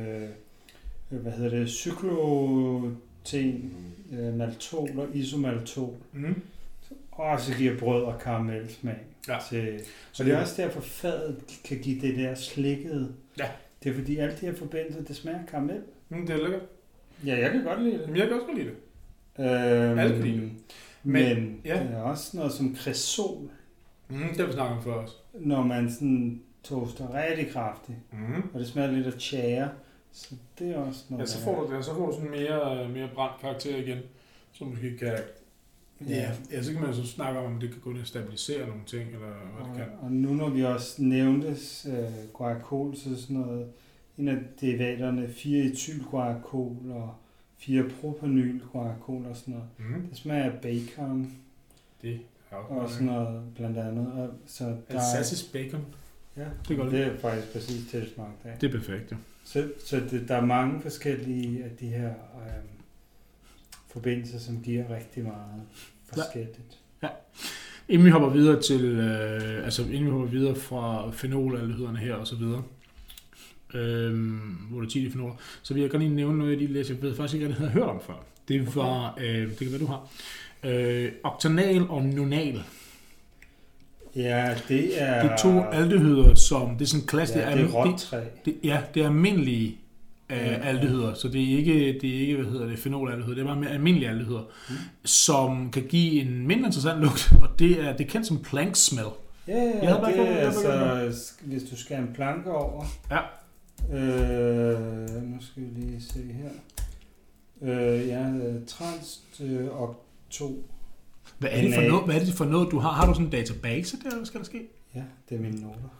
cykloten, maltol og isomaltol. Også giver brød og karamelsmag. Ja. Så det er også derfor, fadet kan give det der slikket. Ja. Det er fordi alle de her forbindelser, det smager karamel. Det er lækkert. Ja, jeg kan godt lide det. Jamen, jeg kan også godt lide det. Alle kan lide det. Men ja. Der er også noget som cresol. Det har vi snakket om før også. Når man sådan toaster rigtig kraftigt, og det smager lidt af tjære, så det er også noget. Ja, så får du sådan mere brændt karakter igen, som du kan. Ja, så kan man så snakke om det kan gå ned og stabilisere nogle ting, eller hvad det kan. Og nu når vi også nævntes guajacol, så sådan noget, en af derivaterne 4-etyl-guajacol og 4-propanyl-guajacol og sådan noget. Det smager af bacon. Det er og sådan noget blandt andet. Så Alsacis bacon. Ja, det er faktisk præcis til det smagte af. Det er perfekt, ja. Så der er mange forskellige af de her forbindelser, som giver rigtig meget forskelligt. Ja. Inden vi hopper videre til, fra fenolaldehyderne her og så videre, volatile fenoler, så vil jeg gerne lige nævne noget af de læser, jeg ved faktisk ikke, at jeg havde hørt om før. Det var, det kan være, du har, oktanal og nonal. Ja, det er... Det er to aldehyder, som... Det er sådan klassisk... Ja, det er råtræ. Det er almindelige aldehyder, så det er ikke fenolaldehyder, det er bare mere almindelige aldehyder, som kan give en mindre interessant lugt, og det er kendt som plank smell. Ja, det er hvis du skal en planke over. Ja. Nu skal vi lige se her. Trans-okto. Hvad er det for noget, du har? Har du sådan en database der, hvad skal der ske? Ja, det er mine noter.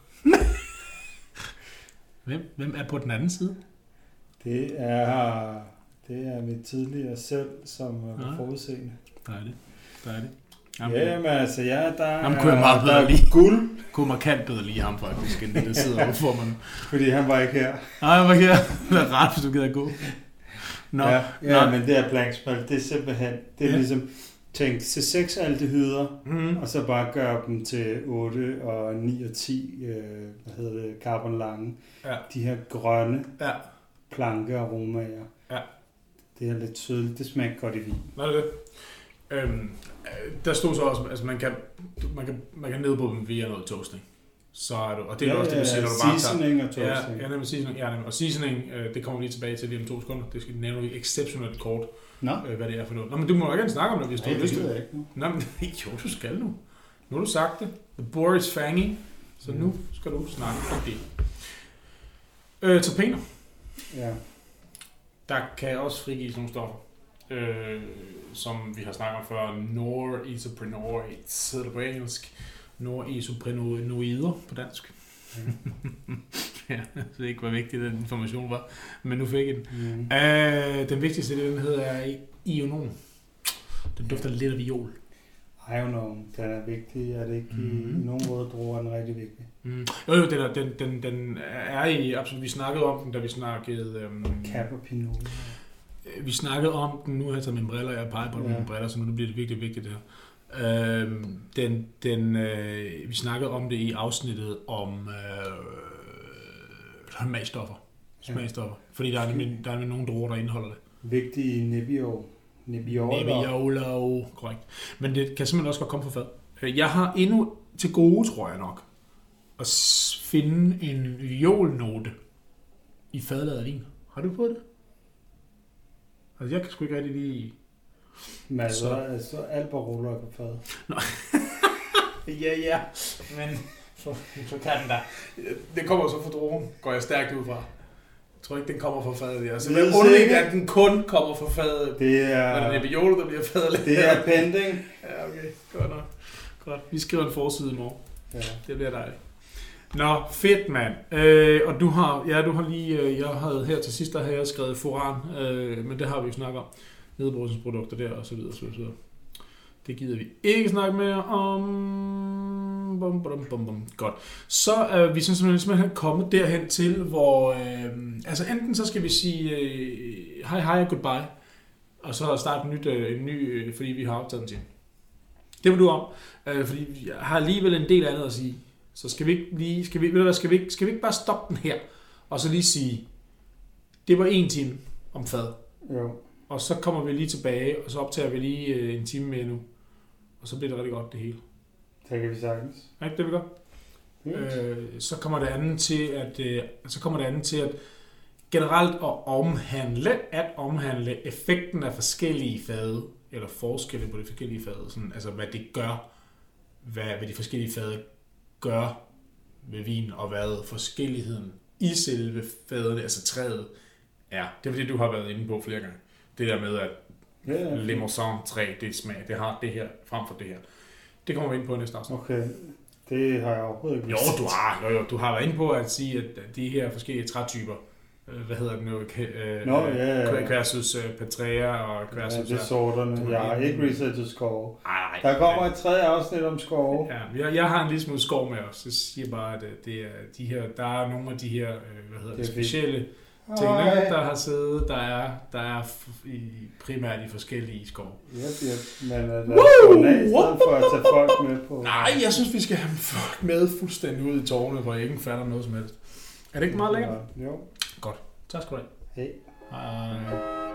Hvem er på den anden side? Det er mit tidligere selv, som var forudseende. Dejligt. Jamen altså, ham kunne jeg meget bedre lide. Guld. Kunne markant bedre lide ham faktisk, end det der sidder overfor mig. Fordi han var ikke her. Nej, han var ikke her. Det er ret, hvis du gider gå. Ja, men det er blanksmæld. Det er simpelthen, det er ligesom, tænk C6-aldehyder, og så bare gøre dem til 8 og 9 og 10, carbon lange. Ja. De her grønne plankearomaer. Ja. Det er lidt sødt. Det smager godt i vin. Nå, det er det. Der stod så også, altså man kan nedbryde dem via noget toasting. Så er du, og det er også det, vi siger, når du bare seasoning og toasting. Ja, nemlig seasoning. Ja, og seasoning, det kommer vi lige tilbage til lige om 2 sekunder. Det skal nævne vi exceptionelt kort, hvad det er for noget. Nå, men du må jo gerne snakke om det, hvis du har lyst til det. Nå, men jo, du skal nu. Nu har du sagt det. The boar is fangy. Så nu skal du snakke om det. Terpener. Ja. Der kan også frigives nogle stoffer. Som vi har snakket om før, norisoprenoids, hedder det på engelsk, norisoprenoider på dansk. Ja, det er ikke, hvor vigtig den information var, men nu fik jeg den. Den vigtigste, den hedder ionon. Den dufter lidt af viol. Ionon, den er vigtig, er det ikke i nogen røde druer, den rigtig vigtig? Jo, den er i, absolut, vi snakkede om den, da vi snakkede... Cab og Pinot. Vi snakkede om den, nu har jeg taget mine briller, jeg peger på mine briller, så nu bliver det virkelig vigtigt det her. Vi snakkede om det i afsnittet om magstoffer, smagstoffer, fordi der er nogle druer, der indeholder det. Vigtige Nebbiolo, korrekt. Men det kan simpelthen også godt komme fra fad. Jeg har endnu til gode, tror jeg nok, at finde en violnote i fadlaget vin. Har du fået det? Altså, jeg kan sgu ikke rigtig lige... Men altså alberoller på fad. Nå. ja. Men så kan den da. Det kommer så fra drogen, går jeg stærkt ud fra. Jeg tror ikke, den kommer fra fadet. Altså, det er underligt, at den kun kommer fra fadet. Det er... Når det er Nebbiolo, der bliver fadet. Det er pending. Ja, okay. Godt nok. Godt. Vi skriver en forside i morgen. Ja. Det bliver dejligt. Nå, fedt mand. Og du har lige, jeg havde her til sidst, der havde jeg skrevet foran, men det har vi jo snakket om. Nedbrydelsesprodukter der, og så videre, så videre. Det gider vi ikke snakke mere om. Godt. Så er vi simpelthen kommet derhen til, hvor, altså enten så skal vi sige hej og goodbye, og så starte en ny, fordi vi har optaget en time. Det må du om, fordi jeg har alligevel en del andet at sige. Så skal vi ikke bare stoppe den her, og så lige sige, det var 1 time om fad. Jo. Og så kommer vi lige tilbage, og så optager vi lige en time mere nu. Og så bliver det rigtig godt det hele. Det kan vi sagtens. Ja, det vil godt. Så kommer det andet til at generelt at omhandle effekten af forskellige fade eller forskelle på de forskellige fade, sådan, altså hvad det gør, hvad de forskellige fade gør ved vin, og hvad forskelligheden i selve fadet, altså træet, er. Det er fordi, du har været inde på flere gange. Det der med, at Limousin træ, det smag, det har det her frem for det her. Det kommer vi ind på i næste afsnit. Okay, det har jeg overhovedet ikke vist. Jo, du har været inde på at sige, at de her forskellige trætyper, hvad hedder det nu, Quercus Patria og Quercus... Ja, det er sorterne. Jeg har ikke researchet skove. Der kommer et tredje afsnit om skove. Ja, jeg har en lille smule skov med os. Jeg siger bare, at det er de her, der er nogle af de her, specielle ting, der har siddet, der er primært i forskellige skov. Men lad os gå ned i stedet for at tage folk med på... Nej, jeg synes, vi skal have folk med fuldstændig ud i tårnet, hvor jeg ikke fatter noget som helst. Er det ikke meget lækkert? Jo. Godt. Tak skal du have. Hej. Hej.